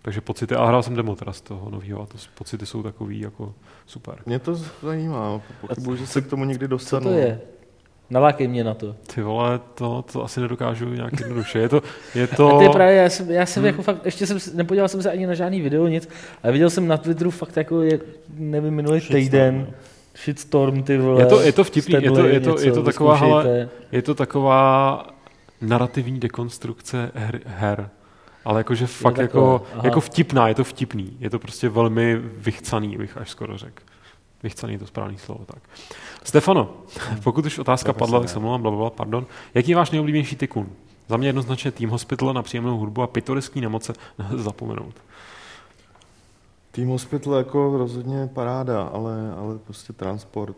Takže pocity, a hrál jsem demo teda z toho nového a to pocity jsou takový jako super. Mě to zajímá, pochybuji, že se k tomu někdy dostanu. Co to je? Nalákej mě na to. Ty vole, to, to asi nedokážu nějak jednoduše. Je to... Je to... A to je právě, já jsem, já jsem hmm. jako fakt, ještě jsem, nepodíval jsem se ani na žádný video, nic, ale viděl jsem na Twitteru fakt jako, je, nevím, minulý týden, shitstorm, ty vole. Je to, je to vtipný, je to, je to, něco, je to taková, hele, je to taková narrativní dekonstrukce her, her. Ale jakože fakt jako, jako vtipná, je to vtipný. Je to prostě velmi vychcaný, bych až skoro řekl. Vychcaný je to správný slovo, tak. Stefano, pokud už otázka padla, tak se mluvám, blablabla, pardon. Jaký je váš nejoblíbenější tykun? Za mě jednoznačně Team Hospital na příjemnou hudbu a pitoreský nemoce zapomenout. Team Hospital jako rozhodně paráda, ale, ale prostě transport.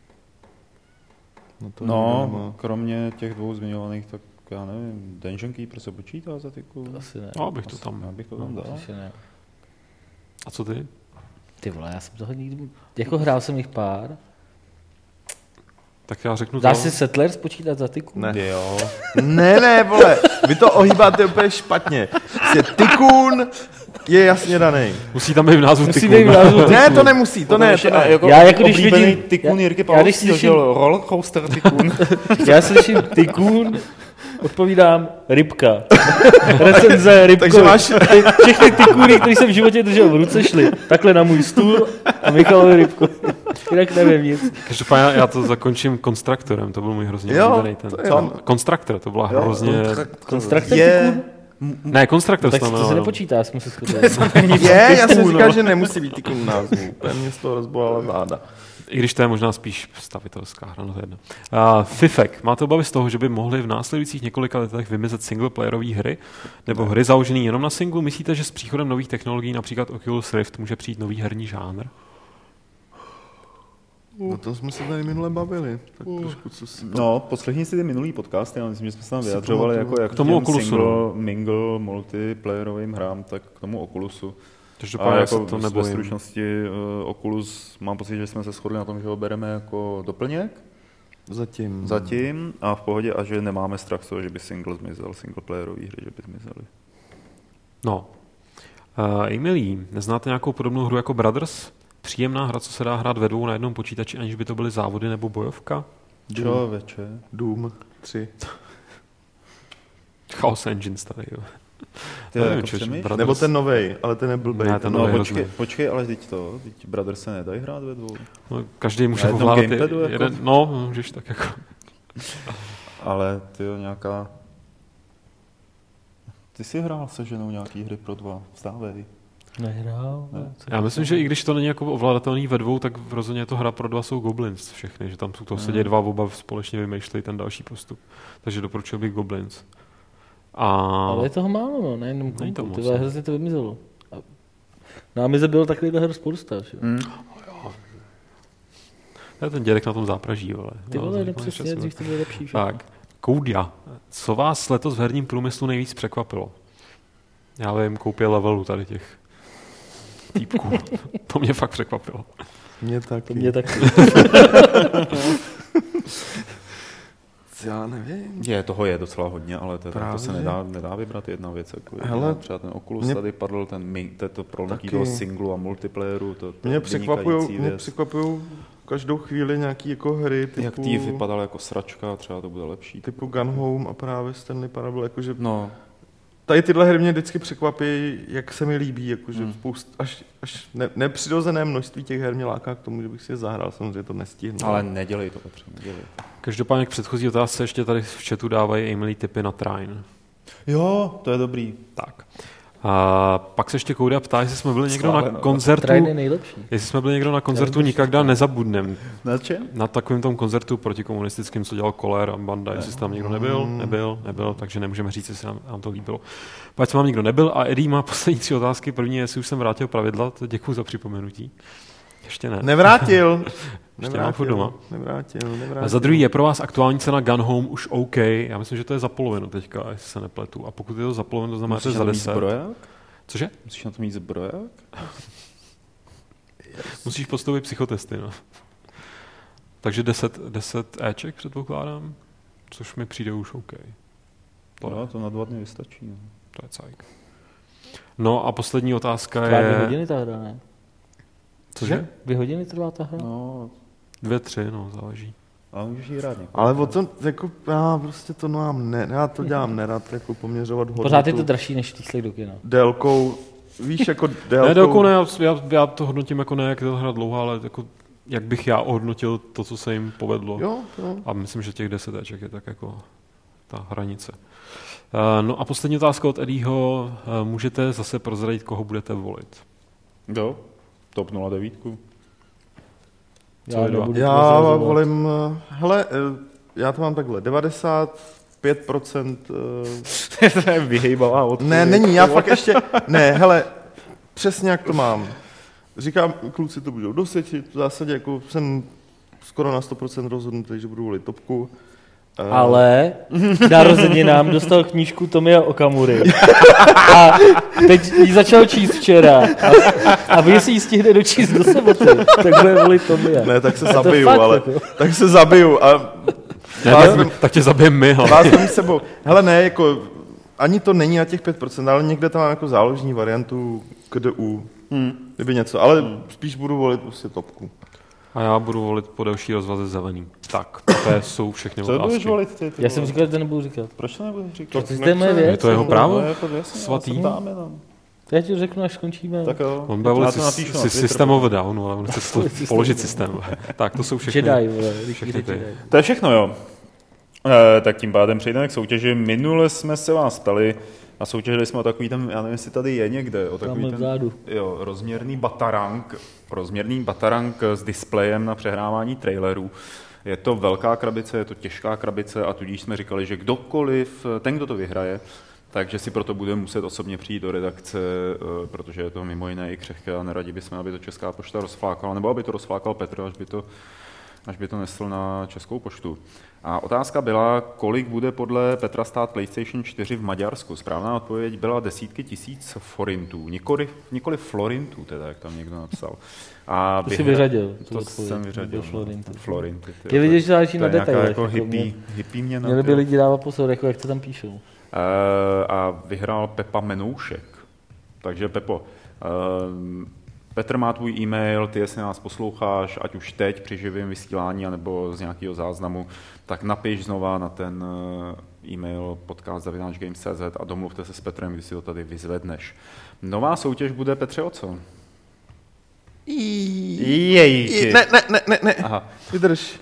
No, to no kromě těch dvou zmiňovaných, tak já nevím, Dungeon Keeper se počítá za tykun? Asi ne. No, abych to tam, já bych to tam no, dal. ne. A co ty? Ty vole, já jsem toho nikdy... Jako hrál jsem jich pár. Tak já řeknu Dá to. si Settlers počítat za tykun? Ne. Jo. ne, ne, vole, vy to ohýbáte úplně špatně. Tykun je jasně daný. Musí tam být v názvu Musí tykun. být v názvu tykun. Ne, to nemusí, to ne. To ne. Jako já jako když vidím... Tykun Jirky Pavlovský, slyším... rollercoaster tykun. Já slyším tykun, odpovídám rybka. Recenze rybko. Takže máš... Všechny tykuny, které jsem v životě držel v ruce, šly takhle na můj stůl a Michalovi rybku. Jinak nevím nic. Každopádně já to zakončím konstruktorem, to byl můj hrozně oblíbený ten. Konstruktor, to byla hrozně... Konstruktor tykun? Ne, konstruktor. No, tak to se nepočítá, jsme se shodli. Je, já jsem říkal, že nemusí být tykun názvu. Mě z toho rozbolala záda. I když to je možná spíš stavitelská hra, no to je jedno. Uh, Fifek, máte obavy z toho, že by mohly v následujících několika letech vymizet singleplayerové hry? Nebo hry založené jenom na singlu? Myslíte, že s příchodem nových technologií, například Oculus Rift, může přijít nový herní žánr? No to jsme se tady minule bavili. Tak trošku, co si to... No, poslechni si ty minulý podcasty, já myslím, že jsme se tam vyjadřovali jako jak k tomu Oculusu, single, no. mingle, multiplayerovým hrám, tak k tomu Oculusu. A jako to ve stručnosti uh, Oculus, mám pocit, že jsme se shodli na tom, že ho bereme jako doplněk. Zatím. Zatím a v pohodě a že nemáme strach z toho, že by single zmizel, singleplayerový hry, že by zmizely. No. Uh, Emilí, neznáte nějakou podobnou hru jako Brothers? Příjemná hra, co se dá hrát ve dvou na jednom počítači, aniž by to byly závody nebo bojovka? Člověče. Doom tři. Chaos Engines tady, jo. Ty nevím, jako Brothers... Nebo ten novej, ale ten nebyl bej. Ne, ten no, počkej, počkej, ale teď to, teď Brothers se nedají hrát ve dvou. No, každý může ovládat jeden, jako... no, můžeš tak jako... ale ty jo, nějaká... Ty jsi hrál se ženou nějaký hry pro dva, vstávej. Nehrál. Ne. Já myslím, že i když to není jako ovladatelný ve dvou, tak rozhodně to hra pro dva jsou Goblins všechny, že tam jsou to sedí dva oba společně vymýšlejí ten další postup. Takže doporučil bych Goblins. A... Ale je toho málo, no, nejenom kompu, tyhle hrozně to vymizelo. A na Amize bylo takovýhle her spousta, že? Mm. To je ten dědek na tom zápraží, vole. Ty vole, nepřesně, dřív to bylo lepší všechno. Tak, Koudia, co vás letos v herním průmyslu nejvíc překvapilo? Já vím, koupě levelu tady těch týpků. To mě fakt překvapilo. Mě taky. To mě taky. Já nevím. Je, toho je docela hodně, ale to, to se nedá, nedá vybrat jedna věc. Jako hele, třeba ten Oculus mě, tady padl, ten to prolnutí toho singlu a multiplayeru. To, to mě překvapují každou chvíli nějaký jako hry typu... Jak tý vypadal jako sračka, třeba to bude lepší. Typu Gun Home a právě Stanley Parable, jakože... No. Tady tyhle hry mě vždycky překvapí, jak se mi líbí, jakože hmm. spoust, až, až ne, nepřirozené množství těch her mě láká k tomu, že bych si je zahrál, samozřejmě to nestihnu. Ale nedělej to, Petře, nedělej. Každopádně k předchozí otázce ještě tady v chatu dávají Emily tipy na Trine. Jo, to je dobrý. Tak. A pak se ještě Kouda ptá, jestli jsme byli někdo Slále, na koncertu. Trine je nejlepší. Jestli jsme byli někdo na koncertu Nikada nezabudnem. Na čem? Na takovém tom koncertu protikomunistickým, co dělal Koller a banda. Jestli jsi tam někdo nebyl, nebyl, nebyl, takže nemůžeme říct, jestli nám, nám to líbilo. Pak tam někdo nebyl a Eddie má poslední tři otázky. První je, jestli už jsem vrátil pravidla, to děkuji za připomenutí. Ještě ne. Nevrátil. Ještě mám furt doma. Nevrátil, nevrátil. A za druhý, je pro vás aktuální cena Gun Home už OK? Já myslím, že to je za polovinu teďka, jestli se nepletu. A pokud je to za polovinu, to znamená, že za deset. Cože? Musíš na to mít zbroják? Musíš podstoupit psychotesty, no. Takže deset, deset éček předpokládám, což mi přijde už OK. To, no, to na dva dny vystačí. No. To je cajk. No a poslední otázka Trvá je... dvě hodiny ta hra, ne? Cože? Dvě hodiny trvá ta hra? No, Dvě, tři, no, záleží. ale můžeš jí rád několik. Ale o tom, jako, já prostě to mám ne, já to dělám nerad, jako poměřovat hodnotu. Pořád je to dražší, než lístek do kina. Délkou, víš, jako délkou... Ne, délkou ne, já, já to hodnotím jako ne, jak je to hra dlouhá, ale jako, jak bych já ohodnotil to, co se jim povedlo. Jo, jo. A myslím, že těch deset éček je tak jako ta hranice. Uh, no a poslední otázka od Eddieho. Uh, můžete zase prozradit, koho budete volit? Jo, top nula devět. Já, nebudu já volím, hele, já to mám takhle, devadesát pět procent... To je vyhejbavá odpověď. Ne, není, já fakt ještě, ne, hele, přesně jak to mám. Říkám, kluci to budou dosvědčit, v zásadě jako jsem skoro na sto procent rozhodnutý, že budu volit topku. Ale narozeninám dostal knížku Tomia Okamury. A teď ji začal číst včera. A, a vy si ji stihne dočíst do soboty. Tak bude volit Tomia. Ne, tak se zabiju, ale jako. tak se zabiju. A ne, tak, tak tě zabijeme my. Vás mám sebou. Hele, ne, jako ani to není na těch pět procent, ale někde tam mám jako záložní variantu K D U. Hmm. Kdyby něco, ale hmm. spíš budu volit prostě topku. A já budu volit po delší rozvaze zelený. Tak, to jsou všechny otázky. Co budeš volit ty? ty já jsem říkal, že to nebudu říkat. Proč to nebudeš říkat? To je moje věc. Je to jeho právo? No, jako jasně, svatý. Já ti řeknu, až skončíme. Tak jo. On bude volit si, systém of down, ale on chce to položit systém. Tak, to jsou všechny. Jedi, vole. Všechny ty. To je všechno, jo. E, tak tím pádem přejdeme k soutěži. Minule jsme se vás ptali a soutěžili jsme o takový ten, já nevím, jestli tady je někde, o takový ten jo, rozměrný batarang, rozměrný batarang s displejem na přehrávání trailerů. Je to velká krabice, je to těžká krabice a tudíž jsme říkali, že kdokoliv, ten, kdo to vyhraje, takže si proto budeme muset osobně přijít do redakce, protože je to mimo jiné i křehké a neradi bychom, aby to Česká pošta rozflákala, nebo aby to rozflákal Petr, až by to, až by to nesl na Českou poštu. A otázka byla, kolik bude podle Petra stát PlayStation čtyři v Maďarsku. Správná odpověď byla desítky tisíc forintů, nikoli, nikoli florintů, teda, jak tam někdo napsal. A to jsi vyřadil. To odpověď. Jsem vyřadil. Florinty. Florinty je vidět, že záleží na detailech. Jako hippie, hippie mě měli by lidi dávat pozor, jako jak to tam píšou. Uh, a vyhrál Pepa Menoušek. Takže Pepo, uh, Petr má tvůj e-mail, ty jestli nás posloucháš, ať už teď při živém vysílání, anebo z nějakého záznamu, tak napiš znova na ten e-mail podcast zavináč games tečka cé zet a domluvte se s Petrem, když si ho tady vyzvedneš. Nová soutěž bude, Petře, o co? Jejky. Ne, ne, ne, ne, ne. Aha. Vydrž.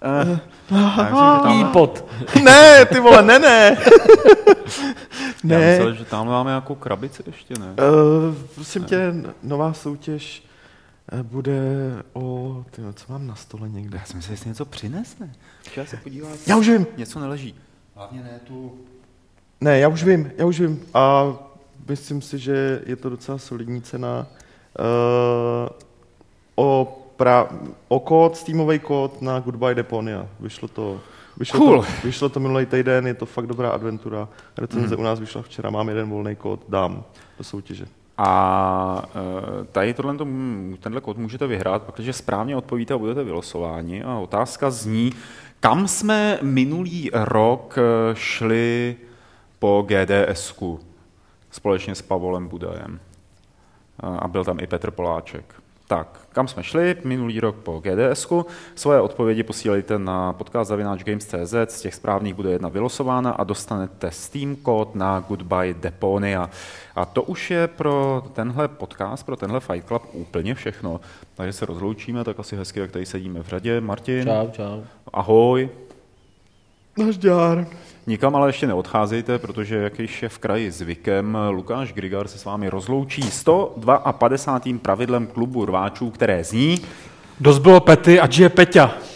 E-pod. Ne, ty vole, ne, ne. Ne. Já myslel, že tam máme nějakou krabici ještě, ne? Uh, prosím ne. tě, nová soutěž bude o... Tyjo, co mám na stole někde? Já si myslím, jestli něco přines, ne? Já se podívám. Já už vím. Něco neleží. Hlavně ne tu... Ne, já už vím, já už vím. A myslím si, že je to docela solidní cena. Uh, o, pra, o kód, Steamový kód na Goodbye Deponia. Vyšlo to... Vyšlo, cool. to, vyšlo to minulý týden, je to fakt dobrá adventura. Recenze mm. u nás vyšla včera, mám jeden volný kód, dám do soutěže. A tady tohle, tenhle kód můžete vyhrát, protože správně odpovíte a budete vylosováni. A otázka zní, kam jsme minulý rok šli po G D S ku společně s Pavolem Budajem. A byl tam i Petr Poláček. Tak, kam jsme šli minulý rok po G D S ku? Svoje odpovědi posílejte na podcast zavináč games tečka cé zet, z těch správných bude jedna vylosována a dostanete Steam kód na Goodbye Deponia. A to už je pro tenhle podcast, pro tenhle Fight Club úplně všechno. Takže se rozloučíme, tak asi hezky, jak tady sedíme v řadě. Martin. Čau, čau. Ahoj. Nazdar. Nikam ale ještě neodcházejte, protože jakýž je v kraji zvykem, Lukáš Grigar se s vámi rozloučí sto padesátým druhým pravidlem klubu rváčů, které zní... Dost bylo Pety a žije Peťa.